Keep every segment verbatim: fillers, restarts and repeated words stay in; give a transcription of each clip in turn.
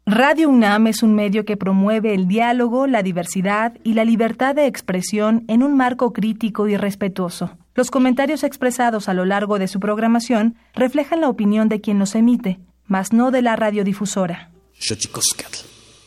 Radio UNAM es un medio que promueve el diálogo, la diversidad y la libertad de expresión en un marco crítico y respetuoso. Los comentarios expresados a lo largo de su programación reflejan la opinión de quien los emite, mas no de la radiodifusora. Xochicóscatl.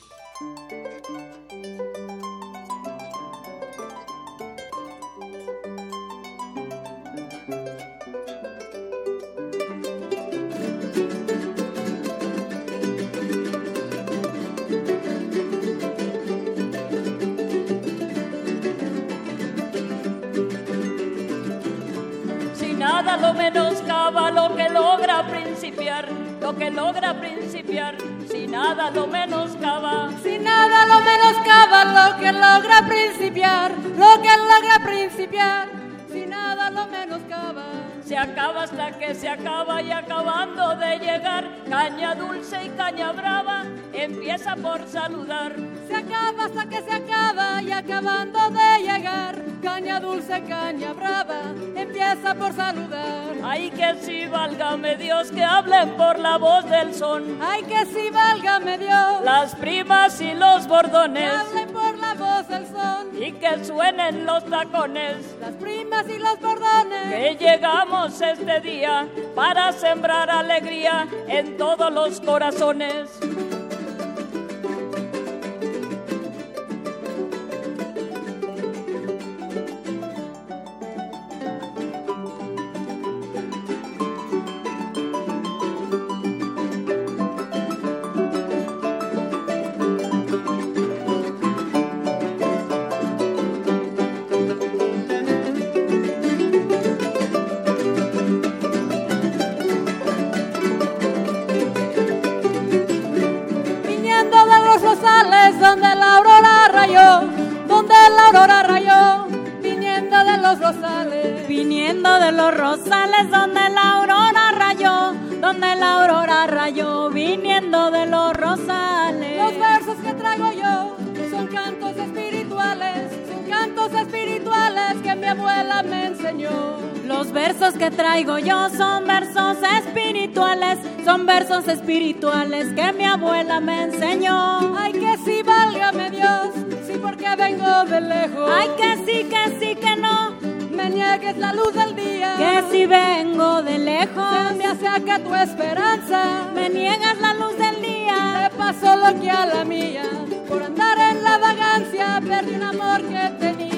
Nada lo menoscaba lo que logra principiar, lo que logra principiar, si nada lo menoscaba. Si nada lo menoscaba lo que logra principiar, lo que logra principiar, si nada lo menoscaba. Se acaba hasta que se acaba y acabando de llegar, caña dulce y caña brava, empieza por saludar. Se acaba hasta que se acaba y acabando de llegar, caña dulce, caña brava, empieza por saludar. Ay, que si válgame Dios, que hablen por la voz del son. Ay, que si válgame Dios, las primas y los bordones, que hablen por la voz del son. Y que suenen los tacones, las primas y los bordones. Que llegamos este día para sembrar alegría en todos los corazones. Donde la aurora rayó, donde la aurora rayó, viniendo de los rosales, viniendo de los rosales, donde la aurora rayó, donde la aurora rayó, viniendo de los rosales. Los versos que traigo yo son cantos espirituales, son cantos espirituales que mi abuela me enseñó. Los versos que traigo yo son versos espirituales, son versos espirituales que mi abuela me enseñó. Ay, que sí, válgame Dios, sí, porque vengo de lejos. Ay, que sí, que sí, que no me niegues la luz del día. Que si vengo de lejos, se me acerca tu esperanza. Me niegas la luz del día. Te pasó lo que a la mía, por andar en la vagancia, perdí un amor que tenía.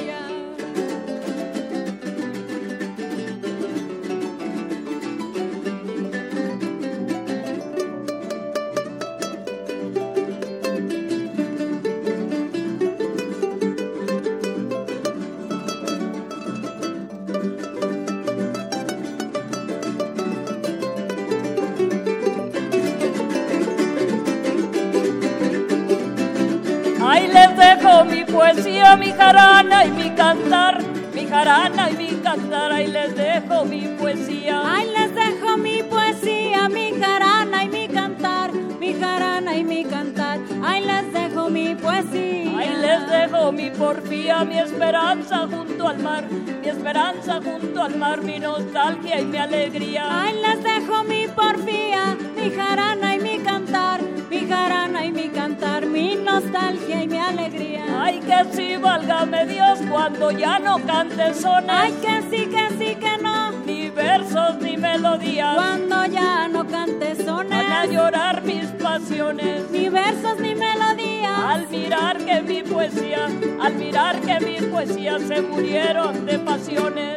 Ahí les dejo mi poesía, mi jarana y mi cantar, mi jarana y mi cantar, ahí les dejo mi poesía. Ahí les dejo mi poesía, mi jarana y mi cantar, mi jarana y mi cantar, ahí les dejo mi poesía. Ahí les dejo mi porfía, mi esperanza junto al mar, mi esperanza junto al mar, mi nostalgia y mi alegría. Ahí les dejo mi porfía, mi jarana y mi cantar, mi jarana y mi cantar, mi nostalgia y mi alegría. Ay, que sí, válgame Dios, cuando ya no cante sones. Ay, que sí, que sí, que no, ni versos ni melodías. Cuando ya no cante sones, van a llorar mis pasiones. Ni versos ni melodías. Al mirar que mi poesía, al mirar que mi poesía se murieron de pasiones.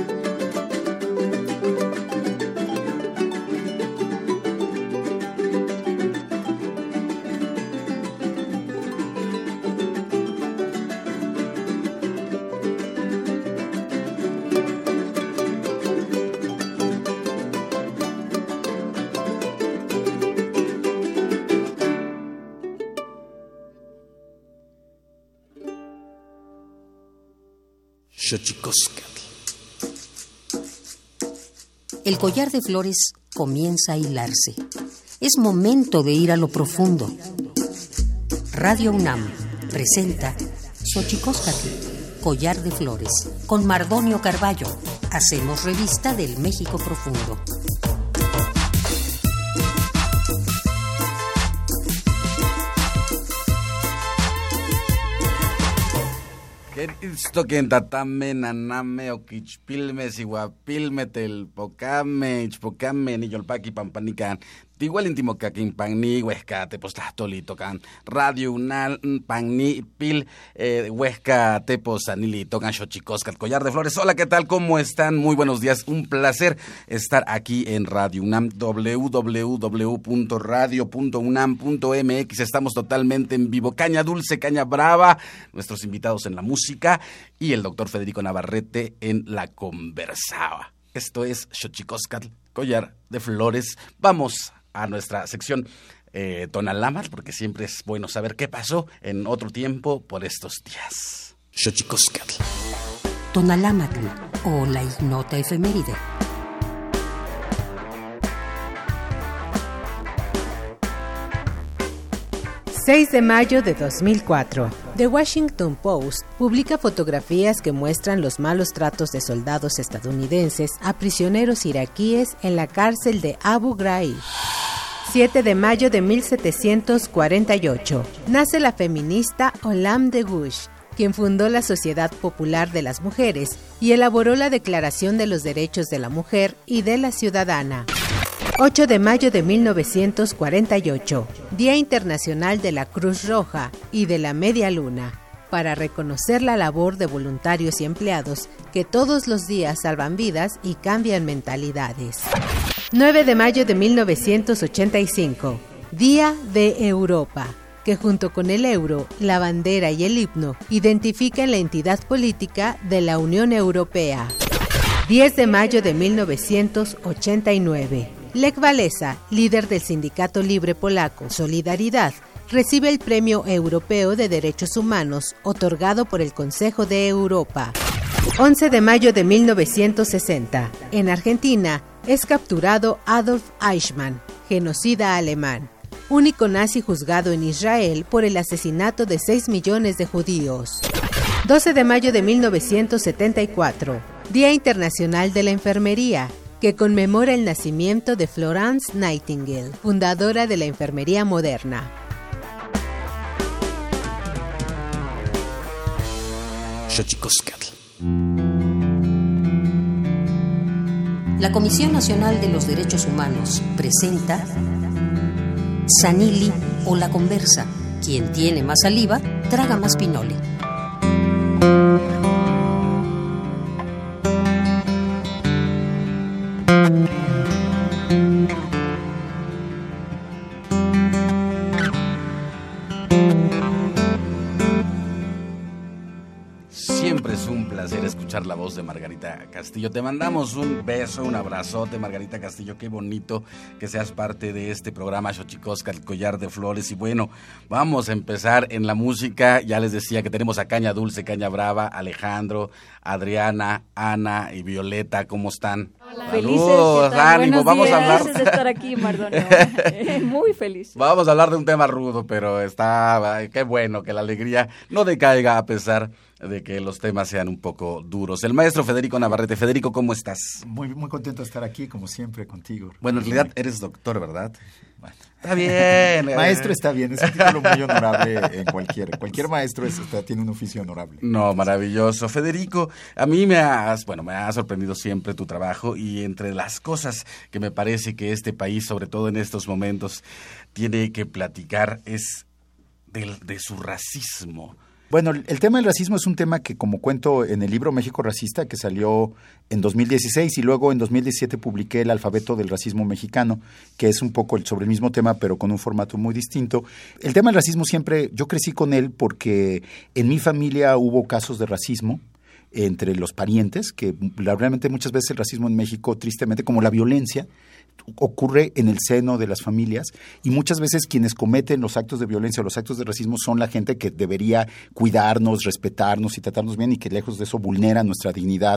Xochicóscatl. El collar de flores comienza a hilarse. Es momento de ir a lo profundo. Radio UNAM presenta Xochicóscatl, collar de flores, con Mardonio Carballo. Hacemos revista del México profundo. Que isto que en tatame, naname, oquichpilme, siguapilme, telpocame, ichpocame, niyolpaqui, pampanican. Igual íntimo que aquí en Pagni, Huesca, Tepos, Tlastoli, tocan Radio Unal, Pagni, Pil, eh, Huesca, Tepos, Anili, tocan Xochicóscatl, Collar de Flores. Hola, ¿qué tal? ¿Cómo están? Muy buenos días. Un placer estar aquí en Radio UNAM, doble u doble u doble u punto radio punto unam punto m x. Estamos totalmente en vivo. Caña dulce, caña brava, nuestros invitados en la música y el doctor Federico Navarrete en la conversaba. Esto es Xochicóscatl, Collar de Flores. Vamos a nuestra sección eh, Tonalámatl, porque siempre es bueno saber qué pasó en otro tiempo por estos días. Xochicóscatl. Tonalámatl, o la ignota efeméride. seis de mayo de dos mil cuatro. The Washington Post publica fotografías que muestran los malos tratos de soldados estadounidenses a prisioneros iraquíes en la cárcel de Abu Ghraib. siete de mayo de mil setecientos cuarenta y ocho. Nace la feminista Olam de Gush, quien fundó la Sociedad Popular de las Mujeres y elaboró la Declaración de los Derechos de la Mujer y de la Ciudadana. ocho de mayo de mil novecientos cuarenta y ocho, Día Internacional de la Cruz Roja y de la Media Luna, para reconocer la labor de voluntarios y empleados que todos los días salvan vidas y cambian mentalidades. nueve de mayo de mil novecientos ochenta y cinco, Día de Europa, que junto con el euro, la bandera y el himno identifican la entidad política de la Unión Europea. diez de mayo de mil novecientos ochenta y nueve, Lech Walesa, líder del Sindicato Libre Polaco Solidaridad, recibe el Premio Europeo de Derechos Humanos, otorgado por el Consejo de Europa. once de mayo de mil novecientos sesenta, en Argentina, es capturado Adolf Eichmann, genocida alemán, único nazi juzgado en Israel por el asesinato de seis millones de judíos. doce de mayo de mil novecientos setenta y cuatro, Día Internacional de la Enfermería, que conmemora el nacimiento de Florence Nightingale, fundadora de la enfermería moderna. Xochicóscatl. La Comisión Nacional de los Derechos Humanos presenta Sanili o la conversa. Quien tiene más saliva, traga más pinole. Siempre es un placer escuchar la voz de Margarita Castillo. Te mandamos un beso, un abrazote, Margarita Castillo. Qué bonito que seas parte de este programa Xochicóscatl, Collar de Flores. Y bueno, vamos a empezar en la música. Ya les decía que tenemos a Caña Dulce, Caña Brava, Alejandro, Adriana, Ana y Violeta. ¿Cómo están? Hola. Saludos, Felices, ánimo, vamos días. a hablar. Felices de estar aquí, Mardonio. Muy feliz. Vamos a hablar de un tema rudo, pero está, qué bueno que la alegría no decaiga a pesar de que los temas sean un poco duros. El maestro Federico Navarrete. Federico, ¿cómo estás? Muy, muy contento de estar aquí, como siempre, contigo. Bueno, en realidad eres doctor, ¿verdad? Bueno, está bien. Maestro está bien, es un título muy honorable en cualquier, cualquier maestro es, está, tiene un oficio honorable. No, maravilloso. Federico, a mí me has, bueno, me ha sorprendido siempre tu trabajo y entre las cosas que me parece que este país, sobre todo en estos momentos, tiene que platicar es del, de su racismo. Bueno, el tema del racismo es un tema que, como cuento en el libro México Racista, que salió en dos mil dieciséis, y luego en dos mil diecisiete publiqué El Alfabeto del Racismo Mexicano, que es un poco sobre el mismo tema, pero con un formato muy distinto. El tema del racismo siempre, yo crecí con él porque en mi familia hubo casos de racismo entre los parientes, que realmente muchas veces el racismo en México, tristemente, como la violencia, ocurre en el seno de las familias, y muchas veces quienes cometen los actos de violencia o los actos de racismo son la gente que debería cuidarnos, respetarnos y tratarnos bien, y que lejos de eso vulnera nuestra dignidad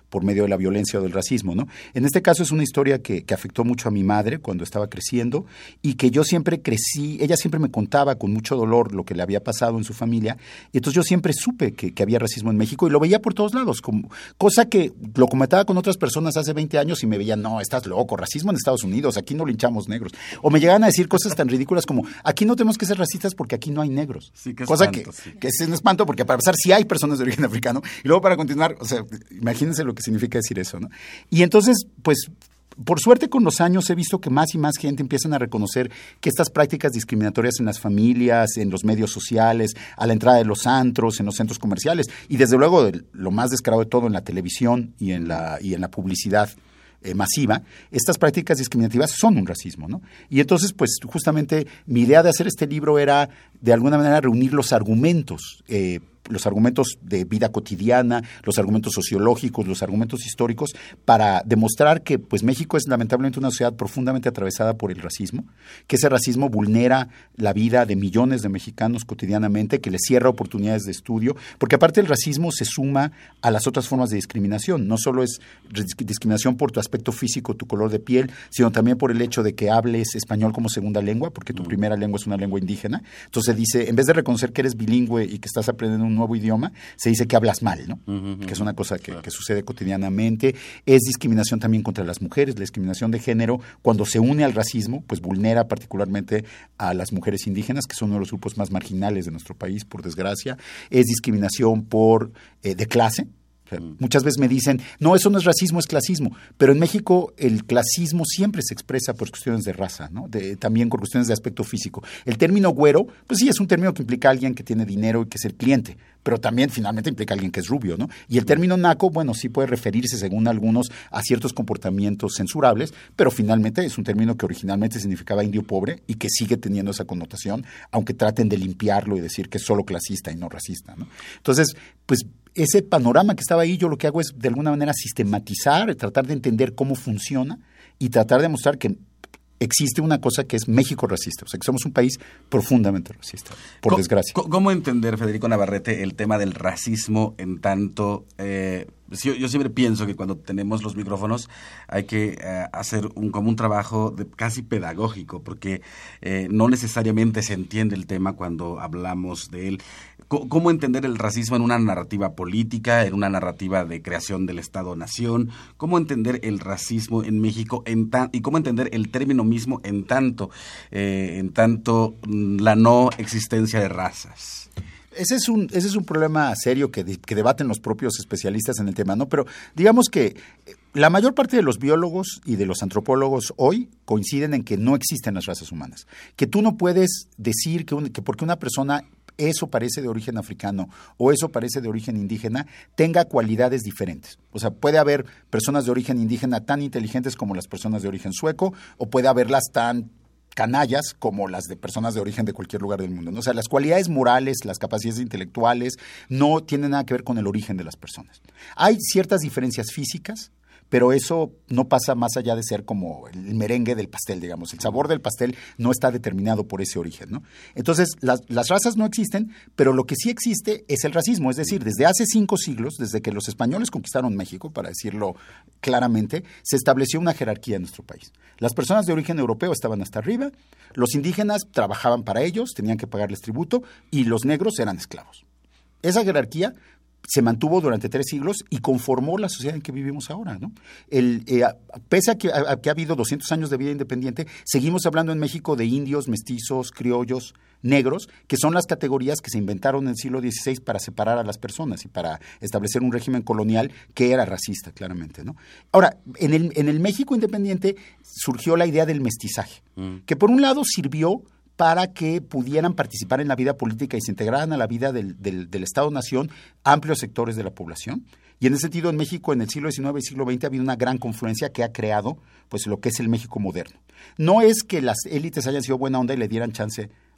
por medio de la violencia o del racismo, ¿no? En este caso es una historia que, que afectó mucho a mi madre cuando estaba creciendo y que yo siempre crecí, ella siempre me contaba con mucho dolor lo que le había pasado en su familia, y entonces yo siempre supe que, que había racismo en México y lo veía por todos lados, como, cosa que lo comentaba con otras personas hace veinte años y me veían, no, estás loco, racismo en Estados Unidos, aquí no linchamos negros. O me llegaban a decir cosas tan ridículas como, aquí no tenemos que ser racistas porque aquí no hay negros. Sí, que cosa espanto, que, sí. que es un espanto porque para empezar sí hay personas de origen africano y luego para continuar, o sea, imagínense lo que significa decir eso, ¿no? Y entonces, pues, por suerte con los años he visto que más y más gente empiezan a reconocer que estas prácticas discriminatorias en las familias, en los medios sociales, a la entrada de los antros, en los centros comerciales y desde luego lo más descarado de todo en la televisión y en la, y en la publicidad Eh, masiva, estas prácticas discriminativas son un racismo, ¿no? Y entonces, pues, justamente mi idea de hacer este libro era, de alguna manera, reunir los argumentos, eh, los argumentos de vida cotidiana, los argumentos sociológicos, los argumentos históricos, para demostrar que, pues, México es lamentablemente una sociedad profundamente atravesada por el racismo, que ese racismo vulnera la vida de millones de mexicanos cotidianamente, que les cierra oportunidades de estudio, porque aparte el racismo se suma a las otras formas de discriminación, no solo es discriminación por tu aspecto físico, tu color de piel, sino también por el hecho de que hables español como segunda lengua, porque tu primera lengua es una lengua indígena. Entonces dice, en vez de reconocer que eres bilingüe y que estás aprendiendo un nuevo idioma, se dice que hablas mal, ¿no? Uh-huh, que es una cosa que, claro. que sucede cotidianamente. Es discriminación también contra las mujeres, la discriminación de género, cuando se une al racismo, pues vulnera particularmente a las mujeres indígenas, que son uno de los grupos más marginales de nuestro país, por desgracia. Es discriminación por eh, de clase. O sea, muchas veces me dicen, no, eso no es racismo, es clasismo. Pero en México el clasismo siempre se expresa por cuestiones de raza, ¿no? De, también por cuestiones de aspecto físico. El término güero, pues sí, es un término que implica a alguien que tiene dinero y que es el cliente, pero también finalmente implica a alguien que es rubio, ¿no? Y el término naco, bueno, sí puede referirse, según algunos, a ciertos comportamientos censurables, pero finalmente es un término que originalmente significaba indio pobre y que sigue teniendo esa connotación, aunque traten de limpiarlo y decir que es solo clasista y no racista, ¿no? Entonces, pues ese panorama que estaba ahí, yo lo que hago es de alguna manera sistematizar, tratar de entender cómo funciona y tratar de mostrar que existe una cosa que es México racista, o sea, que somos un país profundamente racista, por ¿Cómo, desgracia. ¿Cómo entender, Federico Navarrete, el tema del racismo en tanto... Eh, yo, yo siempre pienso que cuando tenemos los micrófonos hay que eh, hacer un, como un trabajo de, casi pedagógico, porque eh, no necesariamente se entiende el tema cuando hablamos de él. ¿Cómo entender el racismo en una narrativa política, en una narrativa de creación del Estado-Nación? ¿Cómo entender el racismo en México en tan, y cómo entender el término mismo en tanto, eh, en tanto la no existencia de razas? Ese es un, ese es un problema serio que, de, que debaten los propios especialistas en el tema, ¿no? Pero digamos que la mayor parte de los biólogos y de los antropólogos hoy coinciden en que no existen las razas humanas. Que tú no puedes decir que, un, que porque una persona eso parece de origen africano o eso parece de origen indígena, tenga cualidades diferentes. O sea, puede haber personas de origen indígena tan inteligentes como las personas de origen sueco, o puede haberlas tan canallas como las de personas de origen de cualquier lugar del mundo, ¿no? O sea, las cualidades morales, las capacidades intelectuales no tienen nada que ver con el origen de las personas. Hay ciertas diferencias físicas, pero eso no pasa más allá de ser como el merengue del pastel, digamos. El sabor del pastel no está determinado por ese origen, ¿no? Entonces, las, las razas no existen, pero lo que sí existe es el racismo. Es decir, desde hace cinco siglos, desde que los españoles conquistaron México, para decirlo claramente, se estableció una jerarquía en nuestro país. Las personas de origen europeo estaban hasta arriba, los indígenas trabajaban para ellos, tenían que pagarles tributo, y los negros eran esclavos. Esa jerarquía se mantuvo durante tres siglos y conformó la sociedad en que vivimos ahora, ¿no? El, eh, pese a que, a, a que ha habido doscientos años de vida independiente, seguimos hablando en México de indios, mestizos, criollos, negros, que son las categorías que se inventaron en el siglo dieciséis para separar a las personas y para establecer un régimen colonial que era racista, claramente, ¿no? Ahora, en el, en el México independiente surgió la idea del mestizaje, mm. que por un lado sirvió para que pudieran participar en la vida política y se integraran a la vida del, del, del Estado-Nación amplios sectores de la población. Y en ese sentido, en México, en el siglo diecinueve y siglo veinte, ha habido una gran confluencia que ha creado pues lo que es el México moderno. No es que las élites hayan sido buena onda y le dieran chance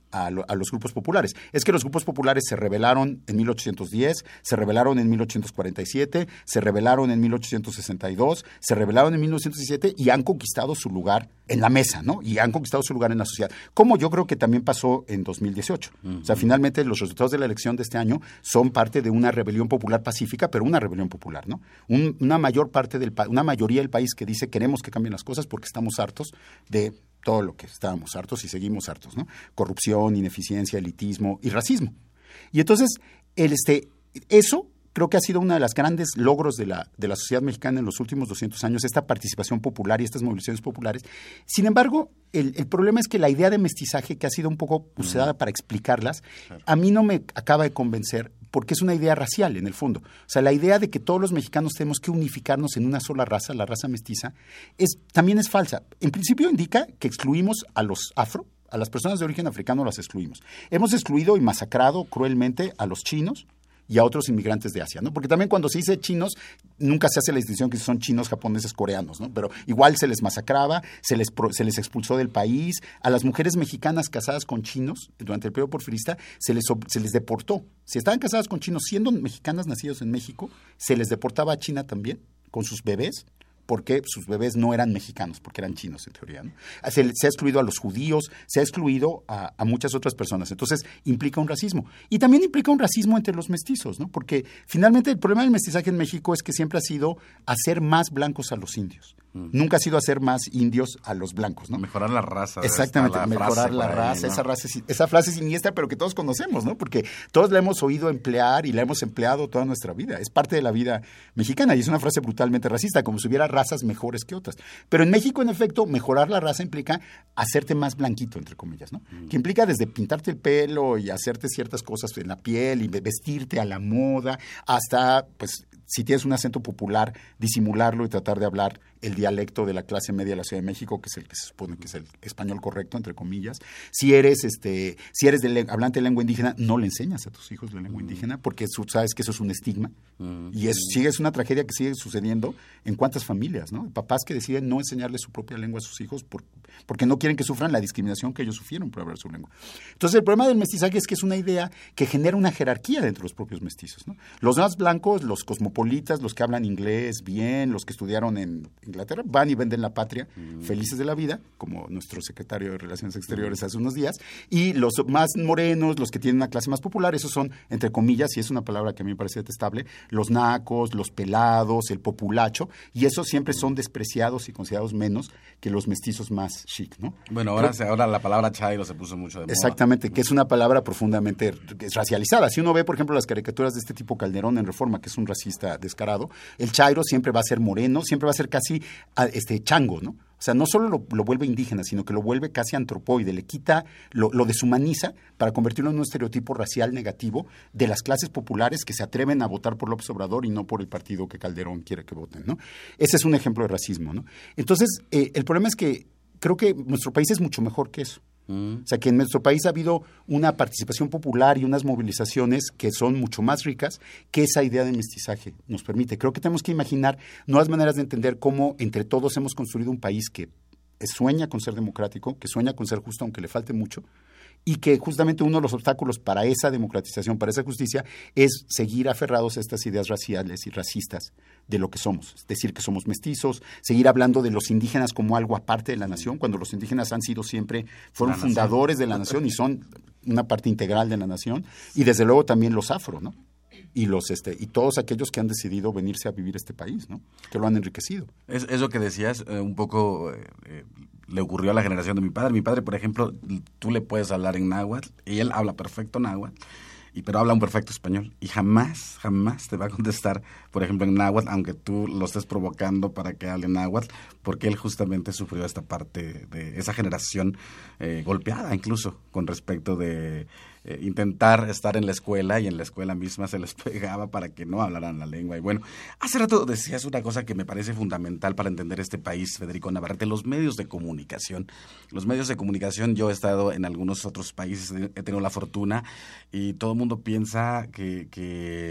A, lo, a los grupos populares. Es que los grupos populares se rebelaron en mil ochocientos diez, se rebelaron en mil ochocientos cuarenta y siete, se rebelaron en mil ochocientos sesenta y dos, se rebelaron en mil novecientos diecisiete y han conquistado su lugar en la mesa, ¿no? Y han conquistado su lugar en la sociedad. Como yo creo que también pasó en dos mil dieciocho. Uh-huh. O sea, finalmente los resultados de la elección de este año son parte de una rebelión popular pacífica, pero una rebelión popular, ¿no? Un, una mayor parte del pa- una mayoría del país que dice queremos que cambien las cosas porque estamos hartos de todo lo que estábamos hartos y seguimos hartos, ¿no? Corrupción, ineficiencia, elitismo y racismo. Y entonces, el, este, eso creo que ha sido uno de los grandes logros de la, de la sociedad mexicana en los últimos doscientos años, esta participación popular y estas movilizaciones populares. Sin embargo, el, el problema es que la idea de mestizaje, que ha sido un poco usada para explicarlas, a mí no me acaba de convencer porque es una idea racial en el fondo. O sea, la idea de que todos los mexicanos tenemos que unificarnos en una sola raza, la raza mestiza, es, también es falsa. En principio indica que excluimos a los afro, a las personas de origen africano las excluimos. Hemos excluido y masacrado cruelmente a los chinos y a otros inmigrantes de Asia, ¿no? Porque también cuando se dice chinos, nunca se hace la distinción que son chinos, japoneses, coreanos, ¿no? Pero igual se les masacraba, se les, se les expulsó del país. A las mujeres mexicanas casadas con chinos durante el periodo porfirista se les, se les deportó. Si estaban casadas con chinos siendo mexicanas nacidas en México, se les deportaba a China también con sus bebés, porque sus bebés no eran mexicanos, porque eran chinos en teoría, ¿no? Se, se ha excluido a los judíos, se ha excluido a, a muchas otras personas. Entonces, implica un racismo. Y también implica un racismo entre los mestizos, ¿no? Porque finalmente el problema del mestizaje en México es que siempre ha sido hacer más blancos a los indios. Mm. Nunca ha sido hacer más indios a los blancos, ¿no? Mejorar la raza. Exactamente, la mejorar la raza, ahí, ¿no? esa, raza, esa frase siniestra, pero que todos conocemos, ¿no? Porque todos la hemos oído emplear y la hemos empleado toda nuestra vida. Es parte de la vida mexicana y es una frase brutalmente racista, como si hubiera razas mejores que otras. Pero en México, en efecto, mejorar la raza implica hacerte más blanquito, entre comillas, ¿no? Mm. Que implica desde pintarte el pelo y hacerte ciertas cosas en la piel y vestirte a la moda, hasta, pues, si tienes un acento popular, disimularlo y tratar de hablar el dialecto de la clase media de la Ciudad de México, que es el que se supone que es el español correcto, entre comillas. Si eres este, si eres de hablante de lengua indígena, no le enseñas a tus hijos la lengua indígena, porque tú sabes que eso es un estigma. Uh-huh. Y es, sigue, es una tragedia que sigue sucediendo en cuántas familias, ¿no? Papás que deciden no enseñarle su propia lengua a sus hijos por, porque no quieren que sufran la discriminación que ellos sufrieron por hablar su lengua. Entonces, el problema del mestizaje es que es una idea que genera una jerarquía dentro de los propios mestizos, ¿no? Los más blancos, los cosmopolitas, los que hablan inglés bien, los que estudiaron en Inglaterra, van y venden la patria, mm. felices de la vida, como nuestro secretario de Relaciones Exteriores mm. hace unos días, y los más morenos, los que tienen una clase más popular, esos son, entre comillas, y es una palabra que a mí me parece detestable, los nacos, los pelados, el populacho, y esos siempre son despreciados y considerados menos que los mestizos más chic, ¿no? Bueno, ahora, Pero, ahora la palabra chairo se puso mucho de moda. Exactamente, que es una palabra profundamente racializada. Si uno ve, por ejemplo, las caricaturas de este tipo Calderón en Reforma, que es un racista descarado, el chairo siempre va a ser moreno, siempre va a ser casi este chango, ¿no? O sea, no solo lo, lo vuelve indígena, sino que lo vuelve casi antropoide, le quita, lo, lo deshumaniza para convertirlo en un estereotipo racial negativo de las clases populares que se atreven a votar por López Obrador y no por el partido que Calderón quiere que voten, ¿no? Ese es un ejemplo de racismo, ¿no? Entonces, eh, el problema es que creo que nuestro país es mucho mejor que eso. O sea, que en nuestro país ha habido una participación popular y unas movilizaciones que son mucho más ricas que esa idea de mestizaje nos permite. Creo que tenemos que imaginar nuevas maneras de entender cómo entre todos hemos construido un país que sueña con ser democrático, que sueña con ser justo, aunque le falte mucho, y que justamente uno de los obstáculos para esa democratización, para esa justicia, es seguir aferrados a estas ideas raciales y racistas de lo que somos. Es decir, que somos mestizos, seguir hablando de los indígenas como algo aparte de la nación, cuando los indígenas han sido siempre, fueron la fundadores nación. de la nación y son una parte integral de la nación, y desde luego también los afro, ¿no? Y los este y todos aquellos que han decidido venirse a vivir a este país, ¿no? Que lo han enriquecido. Es eso que decías, eh, un poco eh, eh, le ocurrió a la generación de mi padre. Mi padre, por ejemplo, tú le puedes hablar en náhuatl y él habla perfecto náhuatl, y pero habla un perfecto español y jamás, jamás te va a contestar, por ejemplo, en náhuatl, aunque tú lo estés provocando para que hable náhuatl, porque él justamente sufrió esta parte de esa generación eh, golpeada incluso con respecto de eh, intentar estar en la escuela, y en la escuela misma se les pegaba para que no hablaran la lengua. Y bueno, hace rato decías una cosa que me parece fundamental para entender este país, Federico Navarrete, los medios de comunicación. Los medios de comunicación, yo he estado en algunos otros países, he tenido la fortuna, y todo el mundo piensa que, que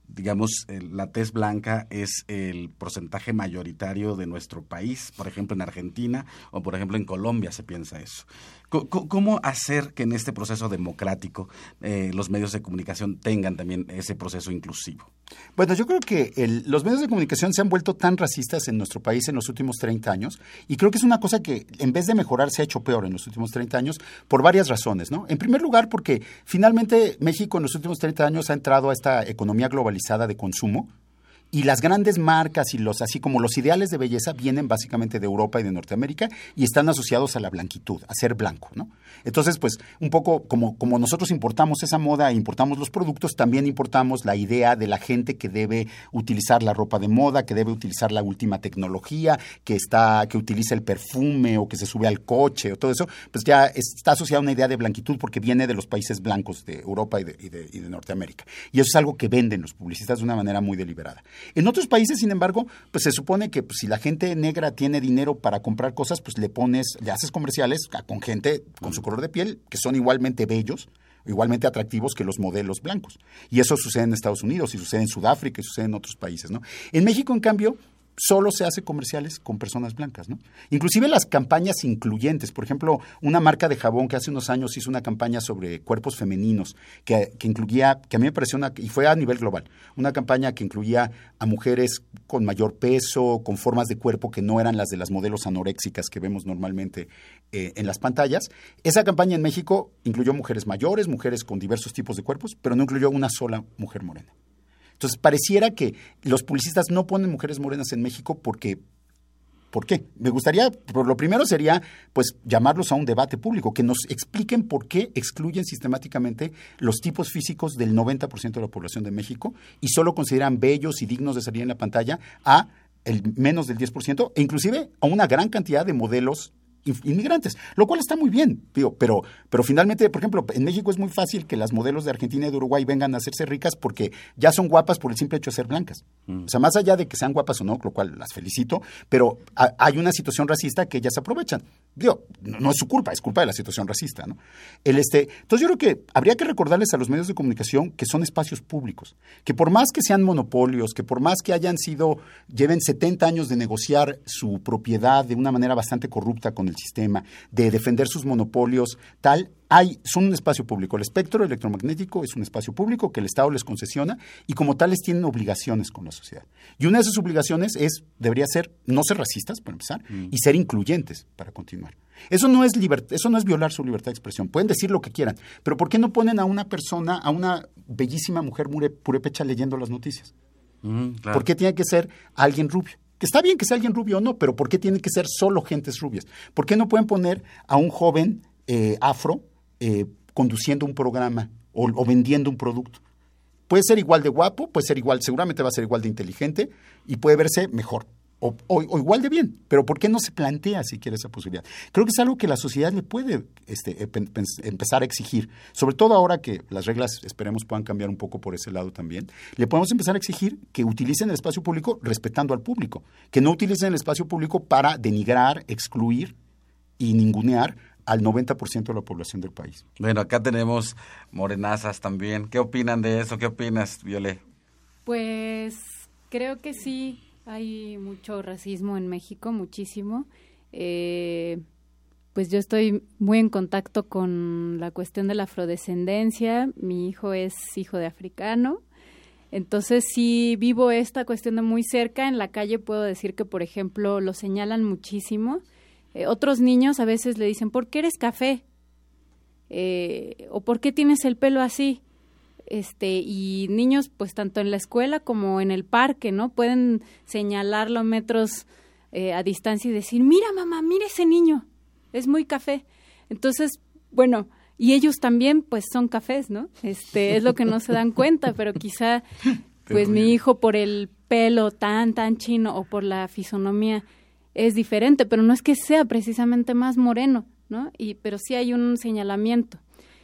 digamos, la tez blanca es el porcentaje mayoritario de nuestro país, por ejemplo en Argentina o por ejemplo en Colombia se piensa eso. ¿Cómo hacer que en este proceso democrático eh, los medios de comunicación tengan también ese proceso inclusivo? Bueno, yo creo que el, los medios de comunicación se han vuelto tan racistas en nuestro país en los últimos treinta años y creo que es una cosa que en vez de mejorar se ha hecho peor en los últimos treinta años por varias razones, ¿no? En primer lugar, porque finalmente México en los últimos treinta años ha entrado a esta economía globalizada de consumo. Y las grandes marcas y los así como los ideales de belleza vienen básicamente de Europa y de Norteamérica y están asociados a la blanquitud, a ser blanco, ¿no? Entonces, pues, un poco como, como nosotros importamos esa moda e importamos los productos, también importamos la idea de la gente que debe utilizar la ropa de moda, que debe utilizar la última tecnología, que está, que utiliza el perfume o que se sube al coche o todo eso, pues ya está asociada a una idea de blanquitud porque viene de los países blancos de Europa y de, y de, y de Norteamérica. Y eso es algo que venden los publicistas de una manera muy deliberada. En otros países, sin embargo, pues se supone que pues, si la gente negra tiene dinero para comprar cosas, pues le pones, le haces comerciales con gente con su color de piel que son igualmente bellos, igualmente atractivos que los modelos blancos. Y eso sucede en Estados Unidos, y sucede en Sudáfrica, y sucede en otros países, ¿no? En México, en cambio, solo se hace comerciales con personas blancas, ¿no? Inclusive las campañas incluyentes, por ejemplo, una marca de jabón que hace unos años hizo una campaña sobre cuerpos femeninos que, que incluía, que a mí me pareció una, y fue a nivel global, una campaña que incluía a mujeres con mayor peso, con formas de cuerpo que no eran las de las modelos anoréxicas que vemos normalmente eh, en las pantallas. Esa campaña en México incluyó mujeres mayores, mujeres con diversos tipos de cuerpos, pero no incluyó una sola mujer morena. Entonces, pareciera que los publicistas no ponen mujeres morenas en México porque, ¿por qué? Me gustaría, por lo primero sería, pues, llamarlos a un debate público, que nos expliquen por qué excluyen sistemáticamente los tipos físicos del noventa por ciento de la población de México y solo consideran bellos y dignos de salir en la pantalla a el menos del diez por ciento e inclusive a una gran cantidad de modelos inmigrantes, lo cual está muy bien, digo, pero, pero finalmente, por ejemplo, en México es muy fácil que las modelos de Argentina y de Uruguay vengan a hacerse ricas porque ya son guapas por el simple hecho de ser blancas. Mm. O sea, más allá de que sean guapas o no, lo cual las felicito, pero a, hay una situación racista que ellas aprovechan. Digo, no, no es su culpa, es culpa de la situación racista, ¿no? El este, entonces yo creo que habría que recordarles a los medios de comunicación que son espacios públicos, que por más que sean monopolios, que por más que hayan sido, lleven setenta años de negociar su propiedad de una manera bastante corrupta con el sistema, de defender sus monopolios, tal, hay, son un espacio público. El espectro electromagnético es un espacio público que el Estado les concesiona y como tales tienen obligaciones con la sociedad. Y una de esas obligaciones es, debería ser, no ser racistas, para empezar, mm. y ser incluyentes, para continuar. Eso no es libert- eso no es violar su libertad de expresión. Pueden decir lo que quieran, pero ¿por qué no ponen a una persona, a una bellísima mujer mure, purépecha leyendo las noticias? Mm, claro. ¿Por qué tiene que ser alguien rubio? Que está bien que sea alguien rubio o no, pero ¿por qué tienen que ser solo gentes rubias? ¿Por qué no pueden poner a un joven eh, afro eh, conduciendo un programa o, o vendiendo un producto? Puede ser igual de guapo, puede ser igual, seguramente va a ser igual de inteligente y puede verse mejor o, o, o igual de bien. Pero ¿por qué no se plantea siquiera esa posibilidad? Creo que es algo que la sociedad le puede este, empezar a exigir, sobre todo ahora que las reglas, esperemos, puedan cambiar un poco por ese lado también. Le podemos empezar a exigir que utilicen el espacio público respetando al público, que no utilicen el espacio público para denigrar, excluir y ningunear al noventa por ciento de la población del país. Bueno, acá tenemos morenazas también. ¿Qué opinan de eso? ¿Qué opinas, Violet? Pues creo que sí. Hay mucho racismo en México, muchísimo. Eh, pues yo estoy muy en contacto con la cuestión de la afrodescendencia. Mi hijo es hijo de africano. Entonces, sí vivo esta cuestión de muy cerca. En la calle puedo decir que, por ejemplo, lo señalan muchísimo. Eh, otros niños a veces le dicen, ¿por qué eres café? Eh, o ¿por qué tienes el pelo así? Este, y niños, pues tanto en la escuela como en el parque, ¿no? Pueden señalarlo metros eh, a distancia y decir, mira mamá, mira ese niño, es muy café. Entonces, bueno, y ellos también, pues son cafés, ¿no? Este, es lo que no se dan cuenta, pero quizá, pues mi hijo por el pelo tan, tan chino o por la fisonomía es diferente, pero no es que sea precisamente más moreno, ¿no? Y, pero sí hay un señalamiento.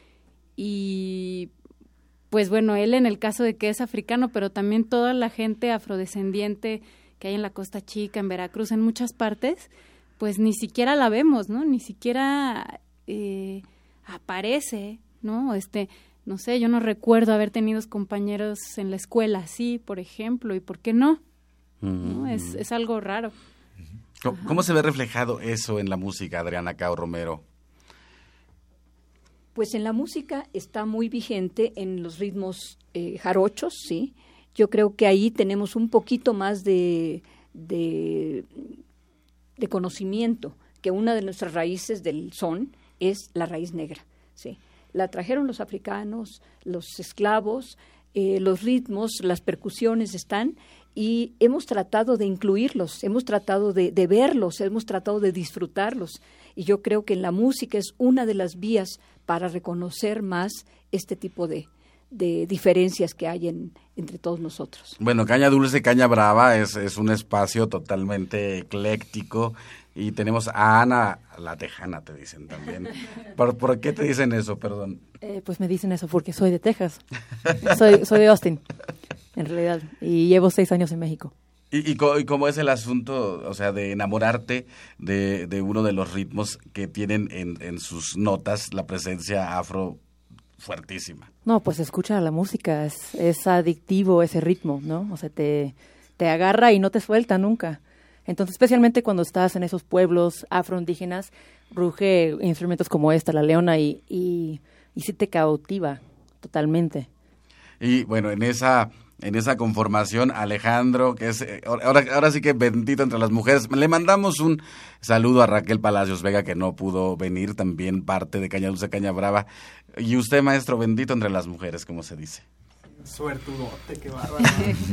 Y pues bueno, él en el caso de que es africano, pero también toda la gente afrodescendiente que hay en la Costa Chica, en Veracruz, en muchas partes, pues ni siquiera la vemos, ¿no? Ni siquiera eh, aparece, ¿no? Este, no sé, yo no recuerdo haber tenido compañeros en la escuela así, por ejemplo, y ¿por qué no? Mm. ¿No? Es, es algo raro. ¿Cómo, ¿Cómo se ve reflejado eso en la música, Adriana Cao Romero? Pues en la música está muy vigente en los ritmos eh, jarochos, ¿sí? Yo creo que ahí tenemos un poquito más de, de, de conocimiento, que una de nuestras raíces del son es la raíz negra, ¿sí? La trajeron los africanos, los esclavos, eh, los ritmos, las percusiones están, y hemos tratado de incluirlos, hemos tratado de, de verlos, hemos tratado de disfrutarlos. Y yo creo que en la música es una de las vías para reconocer más este tipo de, de diferencias que hay en, entre todos nosotros. Bueno, Caña Dulce, Caña Brava es, es un espacio totalmente ecléctico, y tenemos a Ana, la tejana, te dicen también. ¿Por, ¿por qué te dicen eso, perdón? Eh, pues me dicen eso porque soy de Texas, soy, soy de Austin, en realidad, y llevo seis años en México. ¿Y, y, y cómo es el asunto, o sea, de enamorarte de, de uno de los ritmos que tienen en, en sus notas la presencia afro fuertísima? No, pues escucha la música, es, es adictivo ese ritmo, ¿no? O sea, te, te agarra y no te suelta nunca. Entonces, especialmente cuando estás en esos pueblos afroindígenas, ruge instrumentos como esta, la leona, y, y, y sí te cautiva totalmente. Y bueno, en esa... En esa conformación, Alejandro, que es ahora, ahora sí que bendito entre las mujeres. Le mandamos un saludo a Raquel Palacios Vega, que no pudo venir, también parte de Caña Dulce, Caña Brava. Y usted, maestro, bendito entre las mujeres, ¿cómo se dice? Suertudote, qué bárbaro.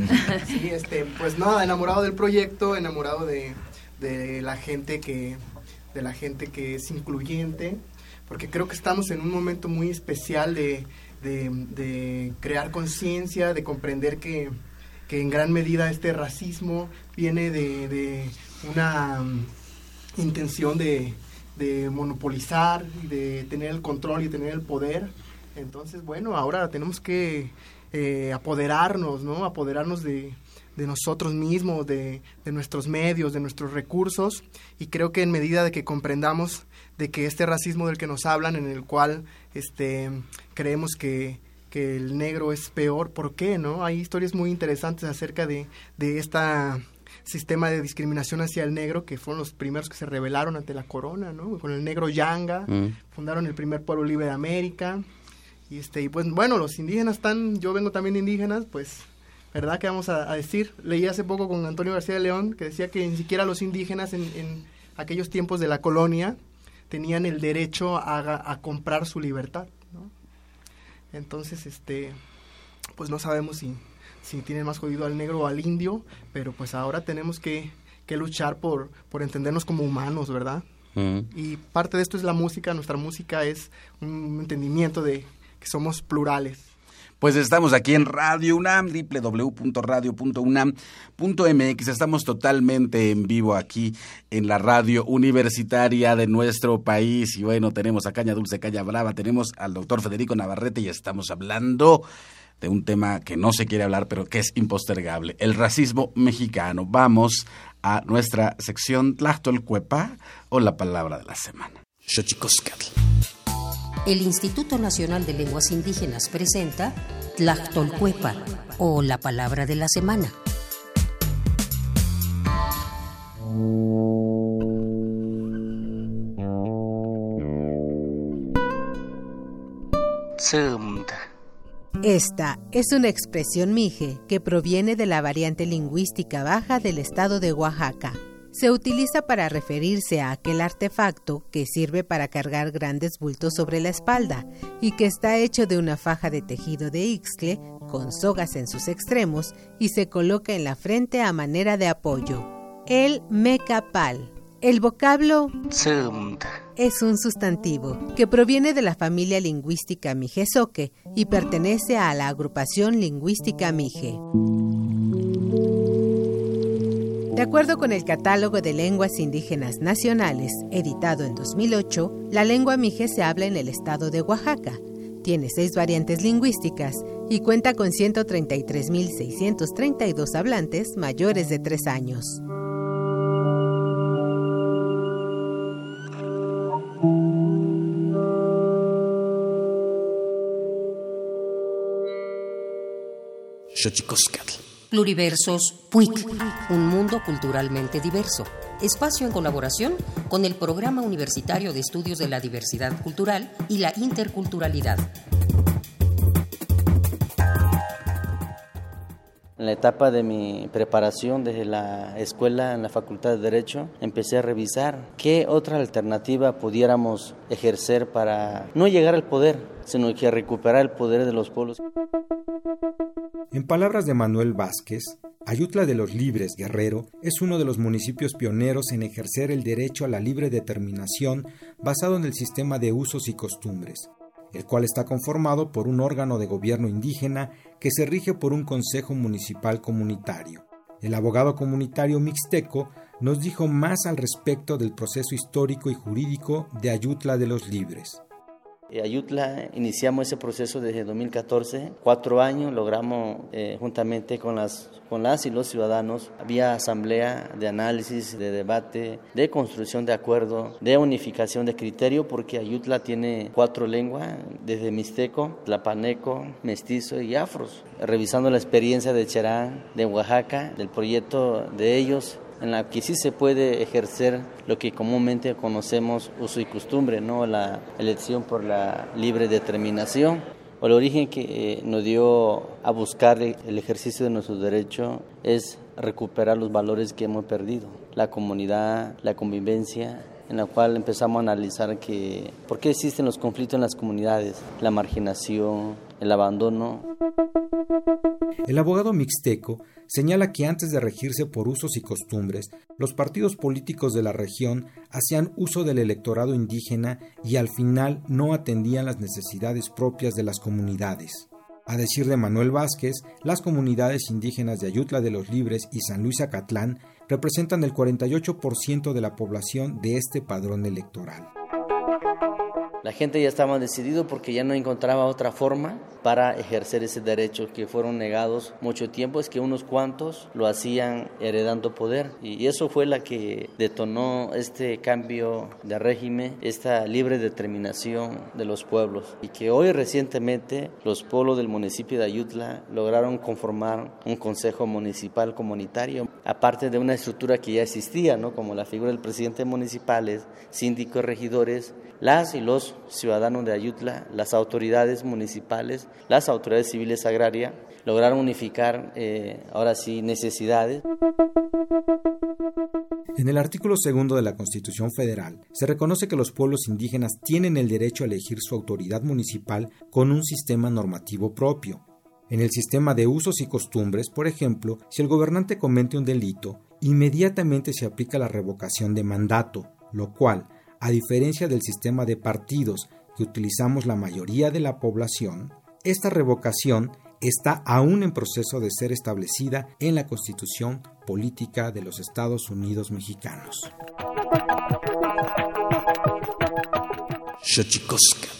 Sí, este, pues nada, enamorado del proyecto, enamorado de, de la gente que, de la gente que es incluyente, porque creo que estamos en un momento muy especial de De, de crear conciencia, de comprender que, que en gran medida este racismo viene de, de una um, intención de, de monopolizar, de tener el control y tener el poder. Entonces, bueno, ahora tenemos que eh, apoderarnos, ¿no? Apoderarnos de, de nosotros mismos, de, de nuestros medios, de nuestros recursos, y creo que en medida de que comprendamos de que este racismo del que nos hablan, en el cual este creemos que, que el negro es peor, ¿por qué, no? Hay historias muy interesantes acerca de, de este sistema de discriminación hacia el negro, que fueron los primeros que se rebelaron ante la corona, ¿no? Con el negro Yanga, mm. fundaron el primer pueblo libre de América, y este y pues bueno, los indígenas están, yo vengo también de indígenas, pues, ¿verdad? ¿Qué vamos a, a decir? Leí hace poco con Antonio García de León, que decía que ni siquiera los indígenas en, en aquellos tiempos de la colonia tenían el derecho a, a comprar su libertad, ¿no? Entonces, este, pues no sabemos si, si tienen más jodido al negro o al indio, pero pues ahora tenemos que, que luchar por, por entendernos como humanos, ¿verdad? Uh-huh. Y parte de esto es la música. Nuestra música es un entendimiento de que somos plurales. Pues estamos aquí en Radio UNAM, doble u doble u doble u punto radio punto unam punto m x. Estamos totalmente en vivo aquí en la radio universitaria de nuestro país. Y bueno, tenemos a Caña Dulce, Caña Brava, tenemos al doctor Federico Navarrete, y estamos hablando de un tema que no se quiere hablar, pero que es impostergable: el racismo mexicano. Vamos a nuestra sección Tlachtolcuepa, o la palabra de la semana. Xochicóscatl. El Instituto Nacional de Lenguas Indígenas presenta Tlachtolcuepa, o la palabra de la semana. Esta es una expresión mije que proviene de la variante lingüística baja del estado de Oaxaca. Se utiliza para referirse a aquel artefacto que sirve para cargar grandes bultos sobre la espalda y que está hecho de una faja de tejido de ixtle con sogas en sus extremos y se coloca en la frente a manera de apoyo. El mecapal. El vocablo es un sustantivo que proviene de la familia lingüística mijezoque y pertenece a la agrupación lingüística mije. De acuerdo con el Catálogo de Lenguas Indígenas Nacionales, editado en dos mil ocho, la lengua mije se habla en el estado de Oaxaca. Tiene seis variantes lingüísticas y cuenta con ciento treinta y tres mil seiscientos treinta y dos hablantes mayores de tres años. Xochicóscatl. Pluriversos P U I C, un mundo culturalmente diverso. Espacio en colaboración con el Programa Universitario de Estudios de la Diversidad Cultural y la Interculturalidad. En la etapa de mi preparación desde la escuela en la Facultad de Derecho, empecé a revisar qué otra alternativa pudiéramos ejercer para no llegar al poder, sino que recuperar el poder de los pueblos. En palabras de Manuel Vázquez, Ayutla de los Libres, Guerrero, es uno de los municipios pioneros en ejercer el derecho a la libre determinación basado en el sistema de usos y costumbres, el cual está conformado por un órgano de gobierno indígena que se rige por un consejo municipal comunitario. El abogado comunitario mixteco nos dijo más al respecto del proceso histórico y jurídico de Ayutla de los Libres. Ayutla, iniciamos ese proceso desde dos mil catorce, cuatro años, logramos eh, juntamente con las, con las y los ciudadanos, había asamblea de análisis, de debate, de construcción de acuerdo, de unificación de criterio, porque Ayutla tiene cuatro lenguas, desde mixteco, tlapaneco, mestizo y afros. Revisando la experiencia de Cherán, de Oaxaca, del proyecto de ellos, en la que sí se puede ejercer lo que comúnmente conocemos uso y costumbre, ¿no? La elección por la libre determinación. O el origen que eh, nos dio a buscar el ejercicio de nuestro derecho es recuperar los valores que hemos perdido, la comunidad, la convivencia, en la cual empezamos a analizar que por qué existen los conflictos en las comunidades, la marginación, el abandono. El abogado mixteco señala que antes de regirse por usos y costumbres, los partidos políticos de la región hacían uso del electorado indígena y al final no atendían las necesidades propias de las comunidades. A decir de Manuel Vázquez, las comunidades indígenas de Ayutla de los Libres y San Luis Acatlán representan el cuarenta y ocho por ciento de la población de este padrón electoral. La gente ya estaba decidida porque ya no encontraba otra forma para ejercer ese derecho que fueron negados mucho tiempo, es que unos cuantos lo hacían heredando poder, y eso fue la que detonó este cambio de régimen, esta libre determinación de los pueblos, y que hoy recientemente los pueblos del municipio de Ayutla lograron conformar un consejo municipal comunitario, aparte de una estructura que ya existía, ¿no? Como la figura del presidente municipales, síndicos, regidores, las y los ciudadanos de Ayutla, las autoridades municipales, las autoridades civiles agrarias, lograron unificar, eh, ahora sí, necesidades. En el artículo segundo de la Constitución Federal se reconoce que los pueblos indígenas tienen el derecho a elegir su autoridad municipal con un sistema normativo propio. En el sistema de usos y costumbres, por ejemplo, si el gobernante comete un delito, inmediatamente se aplica la revocación de mandato, lo cual, a diferencia del sistema de partidos que utilizamos la mayoría de la población, esta revocación está aún en proceso de ser establecida en la Constitución Política de los Estados Unidos Mexicanos. Xochicóscatl.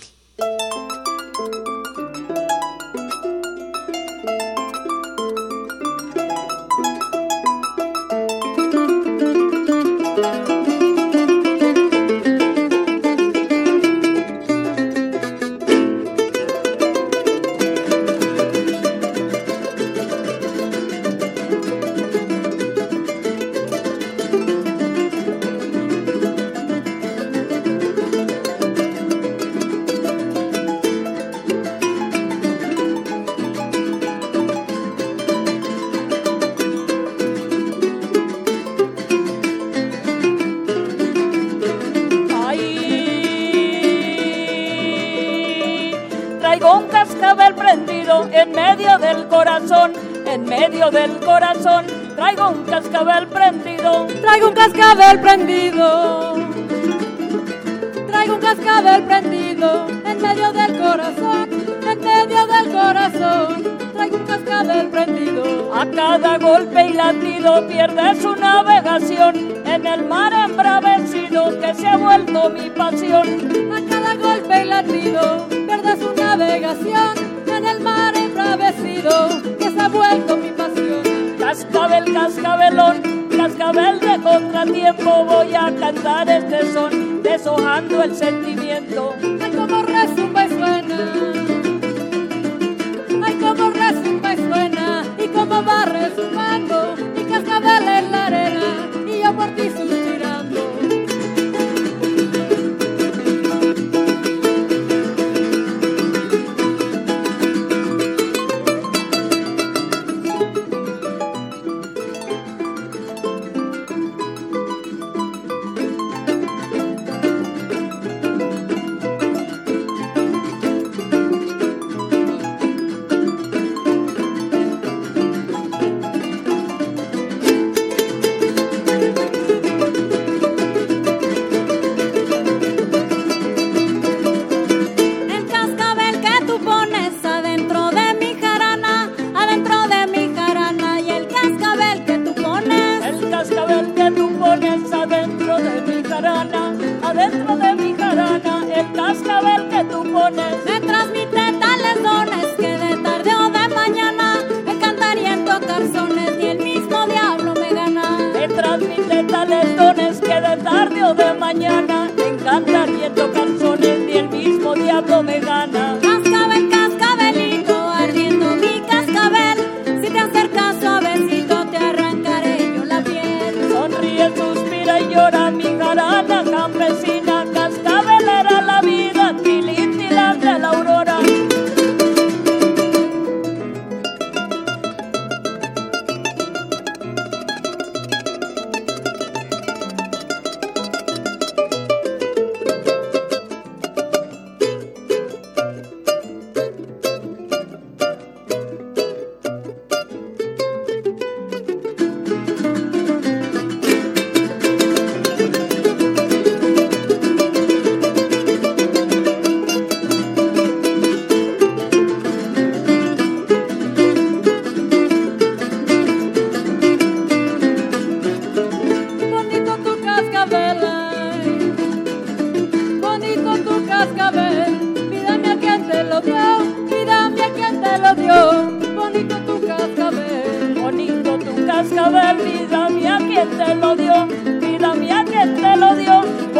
En medio del corazón, en medio del corazón, traigo un cascabel prendido, traigo un cascabel prendido, traigo un cascabel prendido, en medio del corazón, en medio del corazón, traigo un cascabel prendido. A cada golpe y latido pierde su navegación, en el mar embravecido que se ha vuelto mi pasión. A cada golpe y latido pierde su navegación, en el mar embravecido que se ha vuelto mi pasión. Cascabel, cascabelón, cascabel de contratiempo, voy a cantar este son, deshojando el sentimiento. Ay, como resumba y suena, ay, como resumba y suena,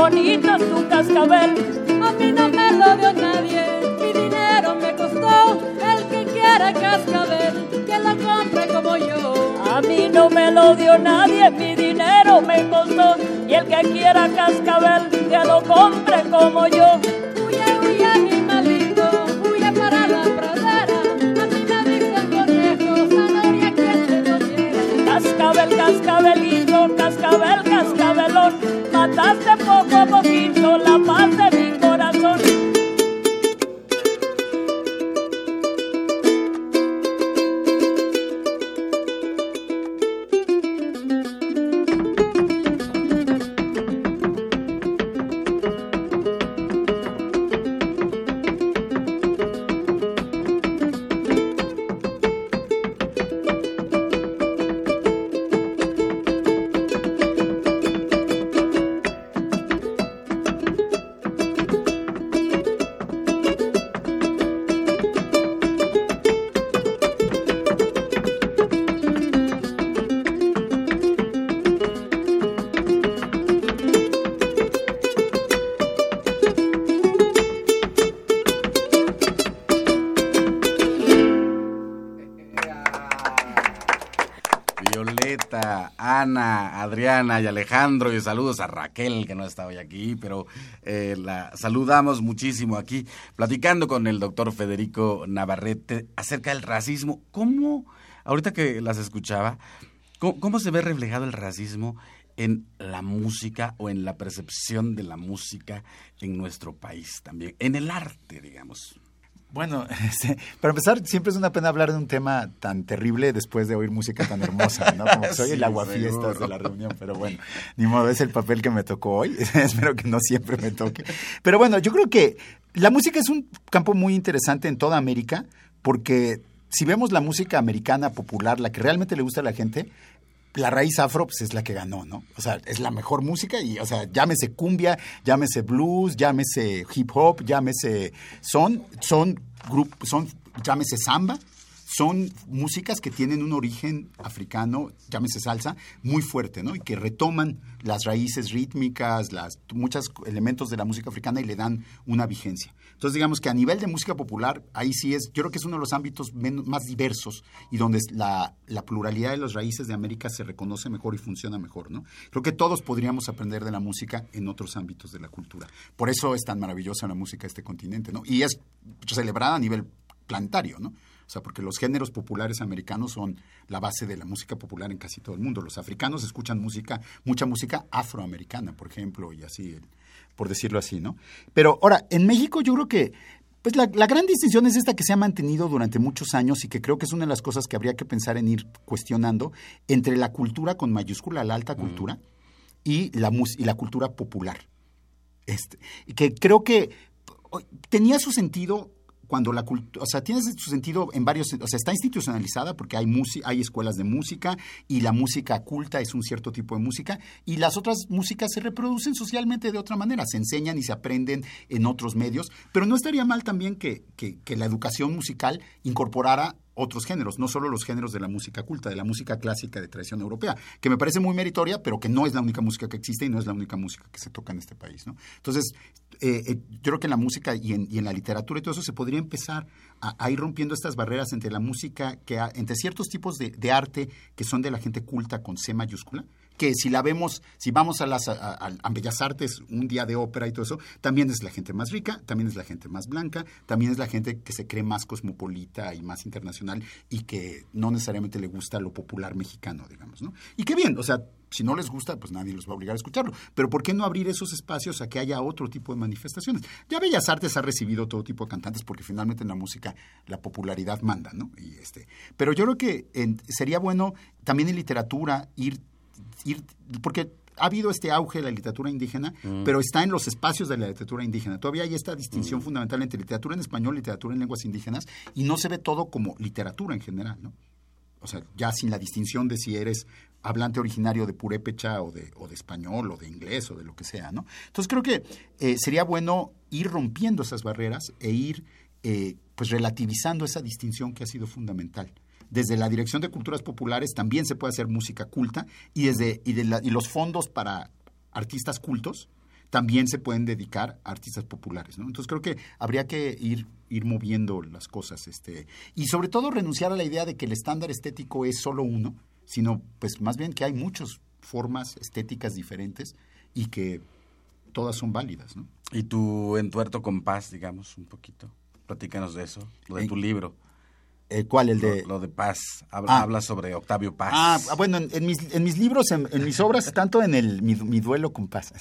bonito es tu cascabel. A mí no me lo dio nadie, mi dinero me costó. El que quiera cascabel, que lo compre como yo. A mí no me lo dio nadie, mi dinero me costó. Y el que quiera cascabel, que lo compre como yo. Huye, huye, animalito, huye para la pradera. A mí me dicen conejo, zanahoria que se lo lleve. Cascabel, cascabelito, cascabel, cascabelón, mataste poco a poquito la paz de mi corazón. Ana, Adriana y Alejandro, y saludos a Raquel, que no está hoy aquí, pero eh, la saludamos muchísimo aquí, platicando con el doctor Federico Navarrete acerca del racismo. ¿Cómo, ahorita que las escuchaba, cómo, cómo se ve reflejado el racismo en la música o en la percepción de la música en nuestro país también, en el arte, digamos? Bueno, este, para empezar, siempre es una pena hablar de un tema tan terrible después de oír música tan hermosa, ¿no? Como que soy sí, el aguafiestas de la reunión, pero bueno, ni modo, es el papel que me tocó hoy. Espero que no siempre me toque. Pero bueno, yo creo que la música es un campo muy interesante en toda América, porque si vemos la música americana popular, la que realmente le gusta a la gente, la raíz afro pues es la que ganó, ¿no? O sea, es la mejor música y, o sea, llámese cumbia, llámese blues, llámese hip hop, llámese son, son grupos, son, llámese samba, son músicas que tienen un origen africano, llámese salsa, muy fuerte, ¿no? Y que retoman las raíces rítmicas, las muchos elementos de la música africana y le dan una vigencia. Entonces, digamos que a nivel de música popular, ahí sí es, yo creo que es uno de los ámbitos menos, más diversos y donde la, la pluralidad de las raíces de América se reconoce mejor y funciona mejor, ¿no? Creo que todos podríamos aprender de la música en otros ámbitos de la cultura. Por eso es tan maravillosa la música de este continente, ¿no? Y es celebrada a nivel planetario, ¿no? O sea, porque los géneros populares americanos son la base de la música popular en casi todo el mundo. Los africanos escuchan música, mucha música afroamericana, por ejemplo, y así, por decirlo así, ¿no? Pero ahora, en México yo creo que pues la, la gran distinción es esta que se ha mantenido durante muchos años y que creo que es una de las cosas que habría que pensar en ir cuestionando entre la cultura con mayúscula, la alta cultura, mm. y, la mus- y la cultura popular. Este, y que creo que tenía su sentido cuando la cultura, o sea, tiene su sentido en varios, o sea, está institucionalizada porque hay música, hay escuelas de música y la música culta es un cierto tipo de música y las otras músicas se reproducen socialmente de otra manera, se enseñan y se aprenden en otros medios, pero no estaría mal también que, que, que la educación musical incorporara otros géneros, no solo los géneros de la música culta, de la música clásica de tradición europea, que me parece muy meritoria, pero que no es la única música que existe y no es la única música que se toca en este país, ¿no? Entonces, eh, eh, yo creo que en la música y en, y en la literatura y todo eso se podría empezar a, a ir rompiendo estas barreras entre la música, que ha, entre ciertos tipos de, de arte que son de la gente culta con C mayúscula, que si la vemos, si vamos a las a, a, a Bellas Artes, un día de ópera y todo eso, también es la gente más rica, también es la gente más blanca, también es la gente que se cree más cosmopolita y más internacional y que no necesariamente le gusta lo popular mexicano, digamos, ¿no? Y qué bien, o sea, si no les gusta, pues nadie los va a obligar a escucharlo. Pero ¿por qué no abrir esos espacios a que haya otro tipo de manifestaciones? Ya Bellas Artes ha recibido todo tipo de cantantes porque finalmente en la música la popularidad manda, ¿no? Y este, pero yo creo que en, sería bueno también en literatura ir Ir, porque ha habido este auge de la literatura indígena, mm. pero está en los espacios de la literatura indígena. Todavía hay esta distinción mm. fundamental entre literatura en español y literatura en lenguas indígenas, y no se ve todo como literatura en general, ¿no? O sea, ya sin la distinción de si eres hablante originario de purépecha o de, o de español o de inglés o de lo que sea, ¿no? Entonces creo que eh, sería bueno ir rompiendo esas barreras e ir eh, pues relativizando esa distinción que ha sido fundamental. Desde la Dirección de Culturas Populares también se puede hacer música culta y desde y, de la, y los fondos para artistas cultos también se pueden dedicar a artistas populares, ¿no? Entonces creo que habría que ir, ir moviendo las cosas, este, y sobre todo renunciar a la idea de que el estándar estético es solo uno, sino pues más bien que hay muchas formas estéticas diferentes y que todas son válidas, ¿no? Y tu entuerto compás, digamos, un poquito. Platícanos de eso, lo de tu libro. Eh, ¿Cuál? El de... Lo, lo de Paz. Habla, ah. habla sobre Octavio Paz. Ah, bueno, en, en, mis, en mis libros, en, en mis obras, tanto en el mi, mi duelo con Paz.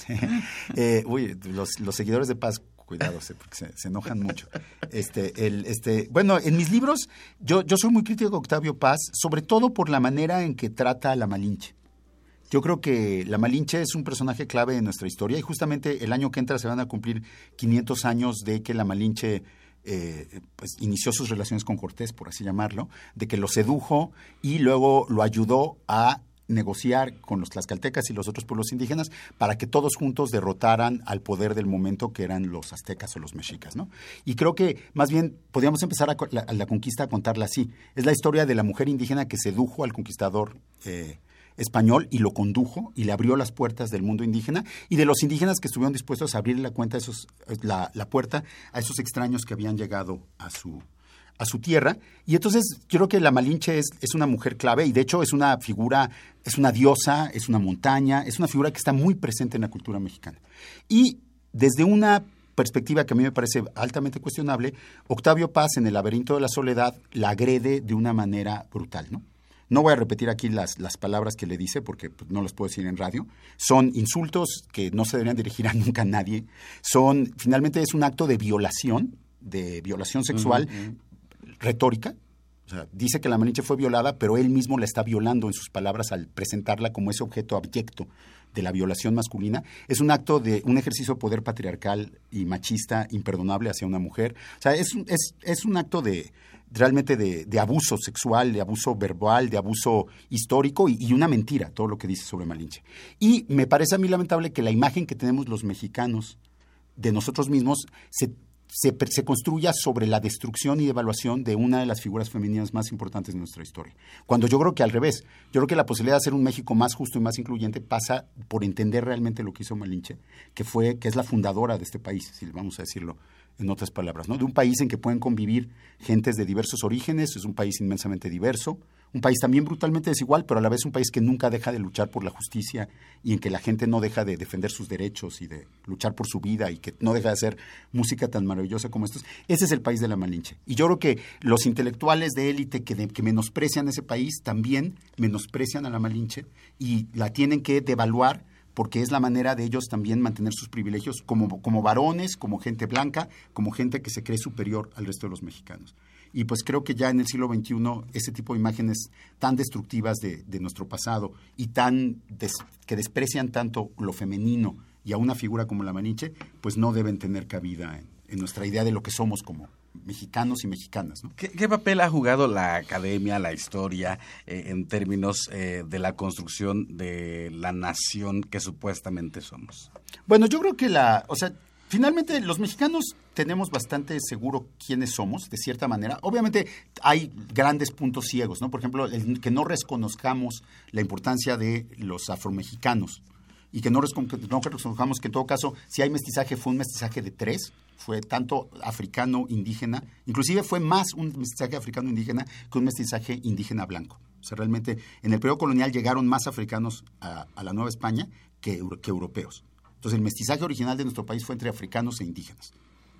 eh, uy, los, los seguidores de Paz, cuidado, porque se, se enojan mucho. Este, el, este, bueno, en mis libros, yo, yo soy muy crítico de Octavio Paz, sobre todo por la manera en que trata a la Malinche. Yo creo que la Malinche es un personaje clave en nuestra historia y justamente el año que entra se van a cumplir quinientos años de que la Malinche eh, pues, inició sus relaciones con Cortés, por así llamarlo, de que lo sedujo y luego lo ayudó a negociar con los tlaxcaltecas y los otros pueblos indígenas para que todos juntos derrotaran al poder del momento que eran los aztecas o los mexicas, ¿no? Y creo que más bien podríamos empezar a la, a la conquista a contarla así. Es la historia de la mujer indígena que sedujo al conquistador eh, español y lo condujo y le abrió las puertas del mundo indígena y de los indígenas que estuvieron dispuestos a abrirle la, cuenta a esos, la, la puerta a esos extraños que habían llegado a su, a su tierra. Y entonces yo creo que la Malinche es, es una mujer clave y de hecho es una figura, es una diosa, es una montaña, es una figura que está muy presente en la cultura mexicana. Y desde una perspectiva que a mí me parece altamente cuestionable, Octavio Paz en El laberinto de la soledad la agrede de una manera brutal, ¿no? No voy a repetir aquí las, las palabras que le dice porque pues, no las puedo decir en radio. Son insultos que no se deberían dirigir a nunca a nadie. Son, finalmente es un acto de violación, de violación sexual uh-huh. retórica. O sea, dice que la Malinche fue violada, pero él mismo la está violando en sus palabras al presentarla como ese objeto abyecto de la violación masculina. Es un acto de un ejercicio de poder patriarcal y machista imperdonable hacia una mujer. O sea, es, es, es un acto de realmente de, de abuso sexual, de abuso verbal, de abuso histórico y, y una mentira, todo lo que dice sobre Malinche. Y me parece a mí lamentable que la imagen que tenemos los mexicanos de nosotros mismos se, se, se construya sobre la destrucción y devaluación de una de las figuras femeninas más importantes de nuestra historia. Cuando yo creo que al revés, yo creo que la posibilidad de hacer un México más justo y más incluyente pasa por entender realmente lo que hizo Malinche, que fue, que es la fundadora de este país, si vamos a decirlo en otras palabras, ¿no? De un país en que pueden convivir gentes de diversos orígenes, es un país inmensamente diverso, un país también brutalmente desigual, pero a la vez un país que nunca deja de luchar por la justicia y en que la gente no deja de defender sus derechos y de luchar por su vida y que no deja de hacer música tan maravillosa como estos. Ese es el país de la Malinche. Y yo creo que los intelectuales de élite que, de, que menosprecian ese país también menosprecian a la Malinche y la tienen que devaluar porque es la manera de ellos también mantener sus privilegios como, como varones, como gente blanca, como gente que se cree superior al resto de los mexicanos. Y pues creo que ya en el siglo veintiuno ese tipo de imágenes tan destructivas de, de nuestro pasado y tan des, que desprecian tanto lo femenino y a una figura como la Malinche, pues no deben tener cabida en, en nuestra idea de lo que somos como mexicanos y mexicanas, ¿no? ¿Qué, qué papel ha jugado la academia, la historia, eh, en términos eh, de la construcción de la nación que supuestamente somos? Bueno, yo creo que la, o sea, finalmente los mexicanos tenemos bastante seguro quiénes somos, de cierta manera. Obviamente hay grandes puntos ciegos, ¿no? Por ejemplo, el que no reconozcamos la importancia de los afromexicanos y que no, no reconozcamos que en todo caso, si hay mestizaje, fue un mestizaje de tres, fue tanto africano, indígena, inclusive fue más un mestizaje africano indígena que un mestizaje indígena blanco. O sea, realmente en el periodo colonial llegaron más africanos a, a la Nueva España que, que europeos. Entonces el mestizaje original de nuestro país fue entre africanos e indígenas,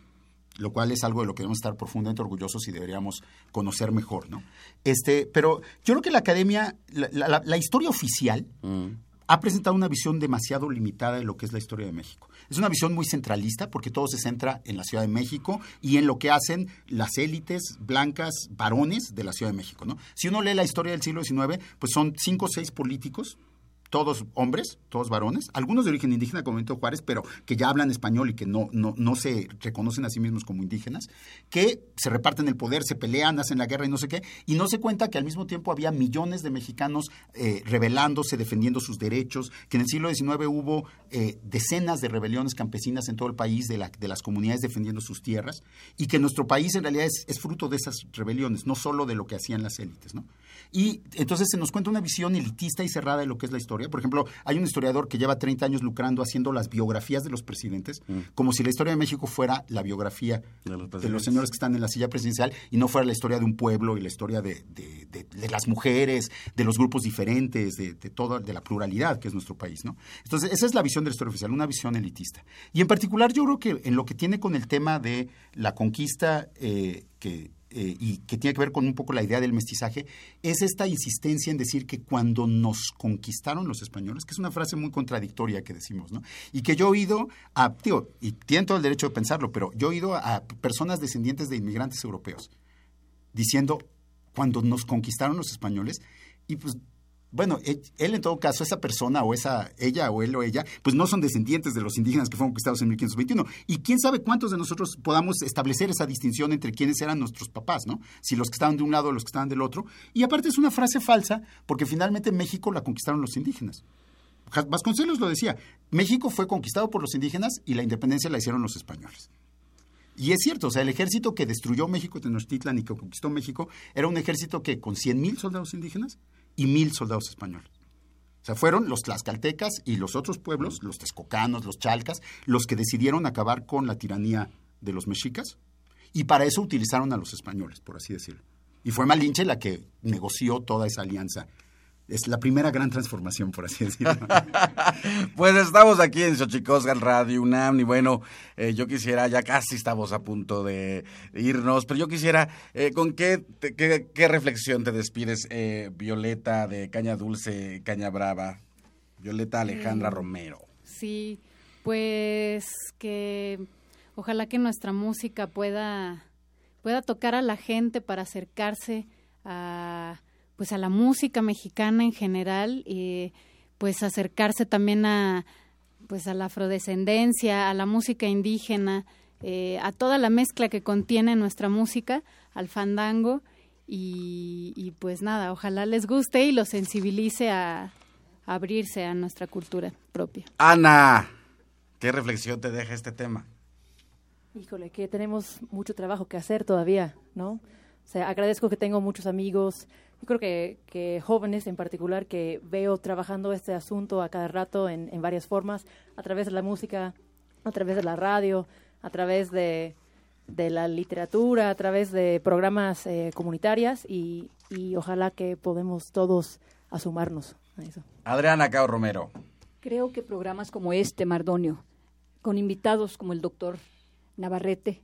lo cual es algo de lo que debemos estar profundamente orgullosos y deberíamos conocer mejor, ¿no? Este, pero yo creo que la academia, la, la, la historia oficial mm. ha presentado una visión demasiado limitada de lo que es la historia de México. Es una visión muy centralista porque todo se centra en la Ciudad de México y en lo que hacen las élites blancas, varones de la Ciudad de México, ¿no? Si uno lee la historia del siglo diecinueve, pues son cinco o seis políticos, todos hombres, todos varones, algunos de origen indígena como Benito Juárez, pero que ya hablan español y que no, no, no se reconocen a sí mismos como indígenas, que se reparten el poder, se pelean, hacen la guerra y no sé qué, y no se cuenta que al mismo tiempo había millones de mexicanos eh, rebelándose, defendiendo sus derechos, que en el siglo diecinueve hubo eh, decenas de rebeliones campesinas en todo el país de, la, de las comunidades defendiendo sus tierras, y que nuestro país en realidad es, es fruto de esas rebeliones, no solo de lo que hacían las élites, ¿no? Y entonces se nos cuenta una visión elitista y cerrada de lo que es la historia historia. Por ejemplo, hay un historiador que lleva treinta años lucrando haciendo las biografías de los presidentes, mm. como si la historia de México fuera la biografía de los, de los señores que están en la silla presidencial y no fuera la historia de un pueblo y la historia de, de, de, de las mujeres, de los grupos diferentes, de, de toda de la pluralidad que es nuestro país, ¿no? Entonces, esa es la visión de la historia oficial, una visión elitista. Y en particular yo creo que en lo que tiene con el tema de la conquista eh, que... Eh, y que tiene que ver con un poco la idea del mestizaje, es esta insistencia en decir que cuando nos conquistaron los españoles, que es una frase muy contradictoria que decimos, ¿no? Y que yo he oído a, tío, y tienen todo el derecho de pensarlo, pero yo he oído a personas descendientes de inmigrantes europeos diciendo, cuando nos conquistaron los españoles, y pues, bueno, él, él en todo caso, esa persona o esa, ella o él o ella, pues no son descendientes de los indígenas que fueron conquistados en mil quinientos veintiuno. Y quién sabe cuántos de nosotros podamos establecer esa distinción entre quiénes eran nuestros papás, ¿no? Si los que estaban de un lado o los que estaban del otro. Y aparte es una frase falsa, porque finalmente México la conquistaron los indígenas. Vasconcelos lo decía, México fue conquistado por los indígenas y la independencia la hicieron los españoles. Y es cierto, o sea, el ejército que destruyó México, Tenochtitlan, y que conquistó México, era un ejército que con cien mil soldados indígenas y mil soldados españoles. O sea, fueron los tlaxcaltecas y los otros pueblos, los texcocanos, los chalcas, los que decidieron acabar con la tiranía de los mexicas, y para eso utilizaron a los españoles, por así decirlo. Y fue Malinche la que negoció toda esa alianza. Es la primera gran transformación, por así decirlo. Pues estamos aquí en Xochicóscal, Radio UNAM, y bueno, eh, yo quisiera, ya casi estamos a punto de irnos, pero yo quisiera, eh, ¿con qué, te, qué, qué reflexión te despides, eh, Violeta de Caña Dulce, Caña Brava? Violeta Alejandra eh, Romero. Sí, pues que ojalá que nuestra música pueda, pueda tocar a la gente para acercarse a... pues a la música mexicana en general, y pues acercarse también a pues a la afrodescendencia, a la música indígena, eh, a toda la mezcla que contiene nuestra música, al fandango, y, y pues nada, ojalá les guste y los sensibilice a, a abrirse a nuestra cultura propia. Ana, ¿qué reflexión te deja este tema? Híjole, que tenemos mucho trabajo que hacer todavía, ¿no? O sea, agradezco que tengo muchos amigos, yo creo que, que jóvenes en particular, que veo trabajando este asunto a cada rato en, en varias formas, a través de la música, a través de la radio, a través de, de la literatura, a través de programas eh, comunitarias, y, y ojalá que podemos todos asumarnos a eso. Adriana Cao Romero. Creo que programas como este, Mardonio, con invitados como el doctor Navarrete,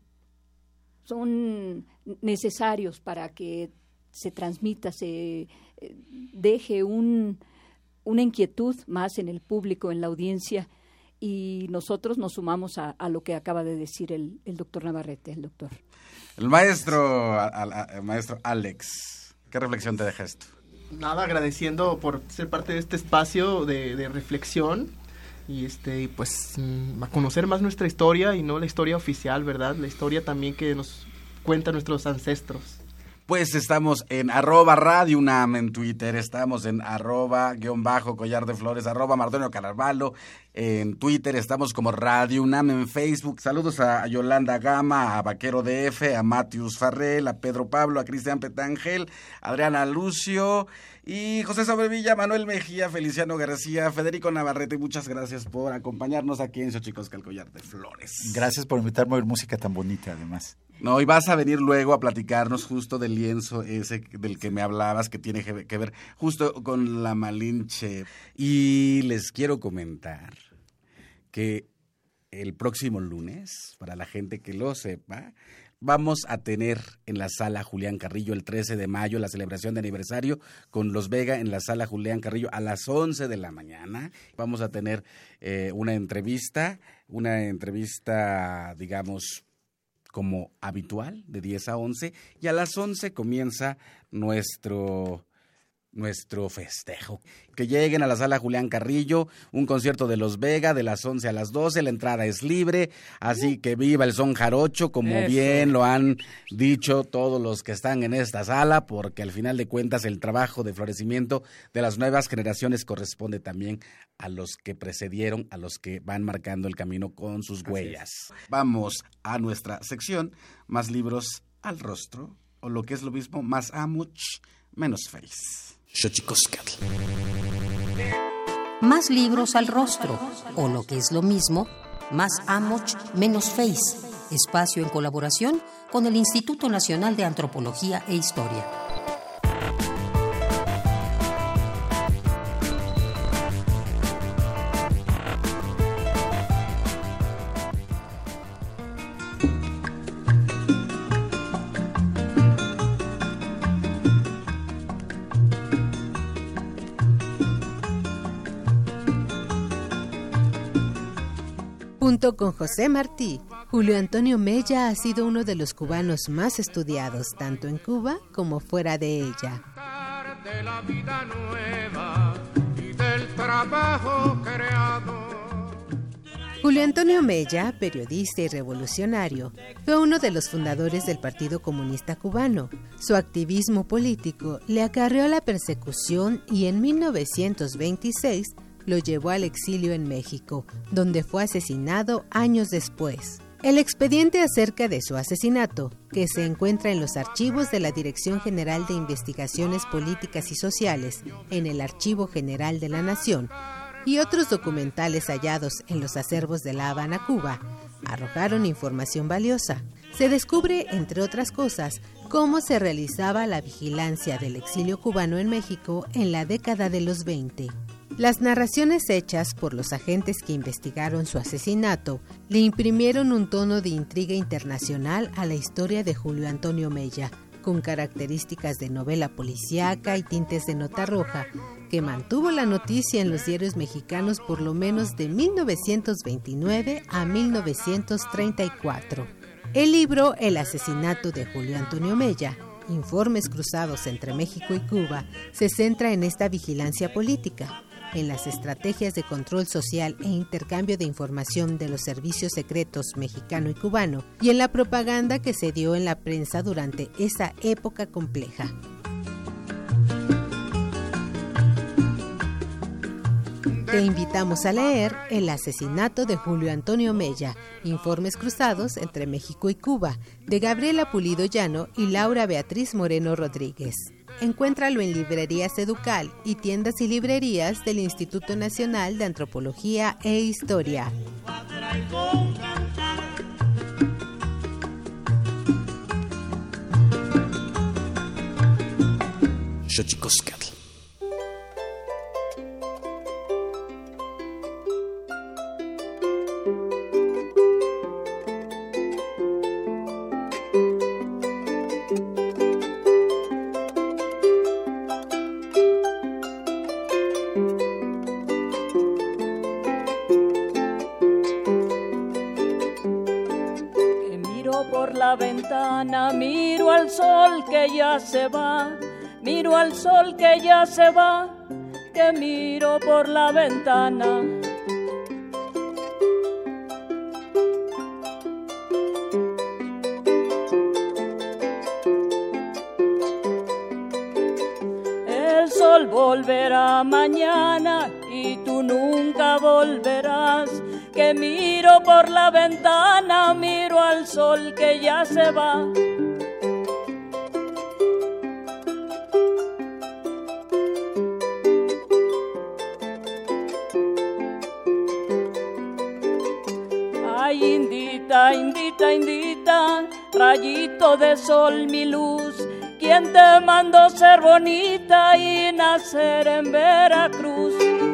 son necesarios para que se transmita, se eh, deje un, una inquietud más en el público, en la audiencia, y nosotros nos sumamos a, a lo que acaba de decir el, el doctor Navarrete, el doctor. El maestro, a, a, el maestro Alex, ¿qué reflexión te deja esto? Nada, agradeciendo por ser parte de este espacio de, de reflexión, y este pues a conocer más nuestra historia, y no la historia oficial, ¿verdad? La historia también que nos cuentan nuestros ancestros. Pues estamos en arroba Radio UNAM en Twitter, estamos en arroba guión bajo Collar de Flores, arroba Mardonio Carvalho en Twitter, estamos como Radio UNAM en Facebook. Saludos a Yolanda Gama, a Vaquero D F, a Matius Farrell, a Pedro Pablo, a Cristian Petangel, a Adriana Lucio y José Sobrevilla, Manuel Mejía, Feliciano García, Federico Navarrete. Muchas gracias por acompañarnos aquí en Xochicóscal, Collar de Flores. Gracias por invitarme a oír música tan bonita, además. No, y vas a venir luego a platicarnos justo del lienzo ese del que me hablabas, que tiene que ver justo con la Malinche. Y les quiero comentar que el próximo lunes, para la gente que lo sepa, vamos a tener en la Sala Julián Carrillo el trece de mayo la celebración de aniversario con Los Vega en la Sala Julián Carrillo a las once de la mañana. Vamos a tener eh, una entrevista, una entrevista, digamos, como habitual, de diez a once, y a las once comienza nuestro, nuestro festejo. Que lleguen a la Sala Julián Carrillo, un concierto de Los Vega de las once a las doce, la entrada es libre, así que viva el son jarocho, como Eso. bien lo han dicho todos los que están en esta sala, porque al final de cuentas el trabajo de florecimiento de las nuevas generaciones corresponde también a los que precedieron, a los que van marcando el camino con sus huellas. Vamos a nuestra sección, más libros al rostro, o lo que es lo mismo, más amuch, menos face. Xochicóscal. más libros al rostro, o lo que es lo mismo, más Amoch, menos Face, espacio en colaboración con el Instituto Nacional de Antropología e Historia. Junto con José Martí, Julio Antonio Mella ha sido uno de los cubanos más estudiados, tanto en Cuba como fuera de ella. De la vida nueva y del trabajo creado. Julio Antonio Mella, periodista y revolucionario, fue uno de los fundadores del Partido Comunista Cubano. Su activismo político le acarreó la persecución y en mil novecientos veintiséis lo llevó al exilio en México, donde fue asesinado años después. El expediente acerca de su asesinato, que se encuentra en los archivos de la Dirección General de Investigaciones Políticas y Sociales, en el Archivo General de la Nación, y otros documentales hallados en los acervos de La Habana, Cuba, arrojaron información valiosa. Se descubre, entre otras cosas, cómo se realizaba la vigilancia del exilio cubano en México en la década de los veinte. Las narraciones hechas por los agentes que investigaron su asesinato le imprimieron un tono de intriga internacional a la historia de Julio Antonio Mella, con características de novela policíaca y tintes de nota roja, que mantuvo la noticia en los diarios mexicanos por lo menos de mil novecientos veintinueve a mil novecientos treinta y cuatro. El libro El asesinato de Julio Antonio Mella, Informes cruzados entre México y Cuba, se centra en esta vigilancia política, en las estrategias de control social e intercambio de información de los servicios secretos mexicano y cubano, y en la propaganda que se dio en la prensa durante esa época compleja. Te invitamos a leer El asesinato de Julio Antonio Mella, Informes cruzados entre México y Cuba, de Gabriela Pulido Llano y Laura Beatriz Moreno Rodríguez. Encuéntralo en librerías Educal y tiendas y librerías del Instituto Nacional de Antropología e Historia. Xochicóscatl. Ventana, miro al sol que ya se va, miro al sol que ya se va, que miro por la ventana. El sol volverá mañana y tú nunca volverás, que miro por la ventana, miro al sol que ya se va. Ay, indita, indita, indita, rayito de sol, mi luz, ¿quién te mandó ser bonita y nacer en Veracruz?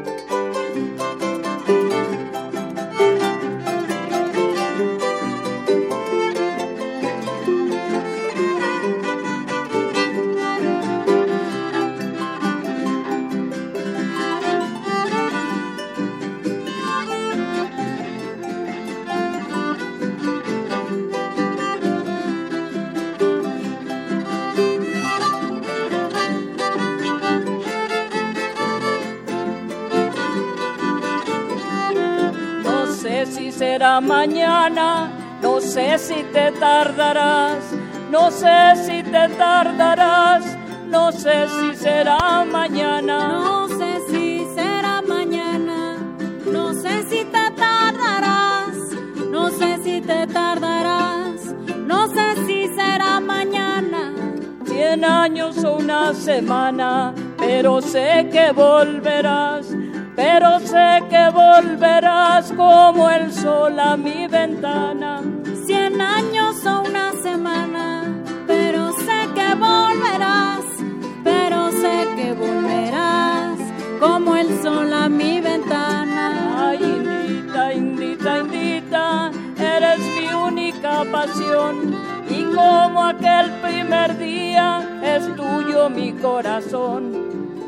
Será mañana, no sé si te tardarás, no sé si te tardarás, no sé si será mañana, no sé si será mañana, no sé si te tardarás, no sé si te tardarás, no sé si será mañana. Cien años o una semana, pero sé que volverás, pero sé que volverás como el sol a mi ventana. Cien años o una semana, pero sé que volverás, pero sé que volverás como el sol a mi ventana. Ay, Indita, Indita, Indita, eres mi única pasión, y como aquel primer día es tuyo mi corazón.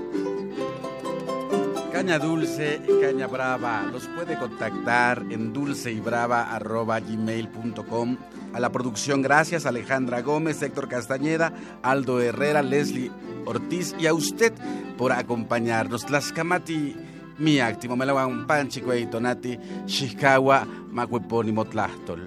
Caña Dulce y Caña Brava los puede contactar en dulceybrava arroba gmail punto com. A la producción gracias a Alejandra Gómez, Héctor Castañeda, Aldo Herrera, Leslie Ortiz y a usted por acompañarnos. Tlaxcamati miak timomelawan panchicuey tonati xixcaua macuepónimo tlahtol.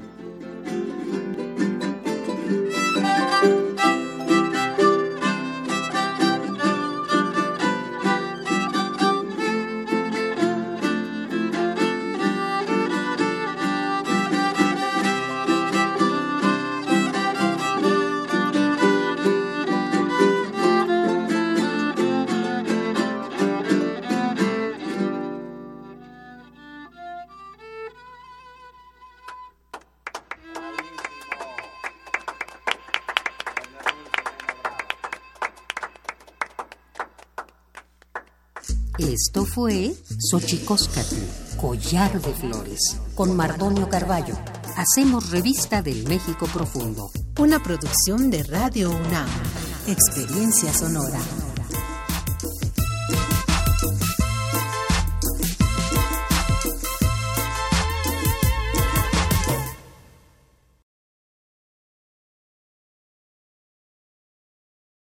Esto fue Xochicóscatl, Collar de Flores, con Mardonio Carballo. Hacemos revista del México profundo. Una producción de Radio UNAM. Experiencia sonora.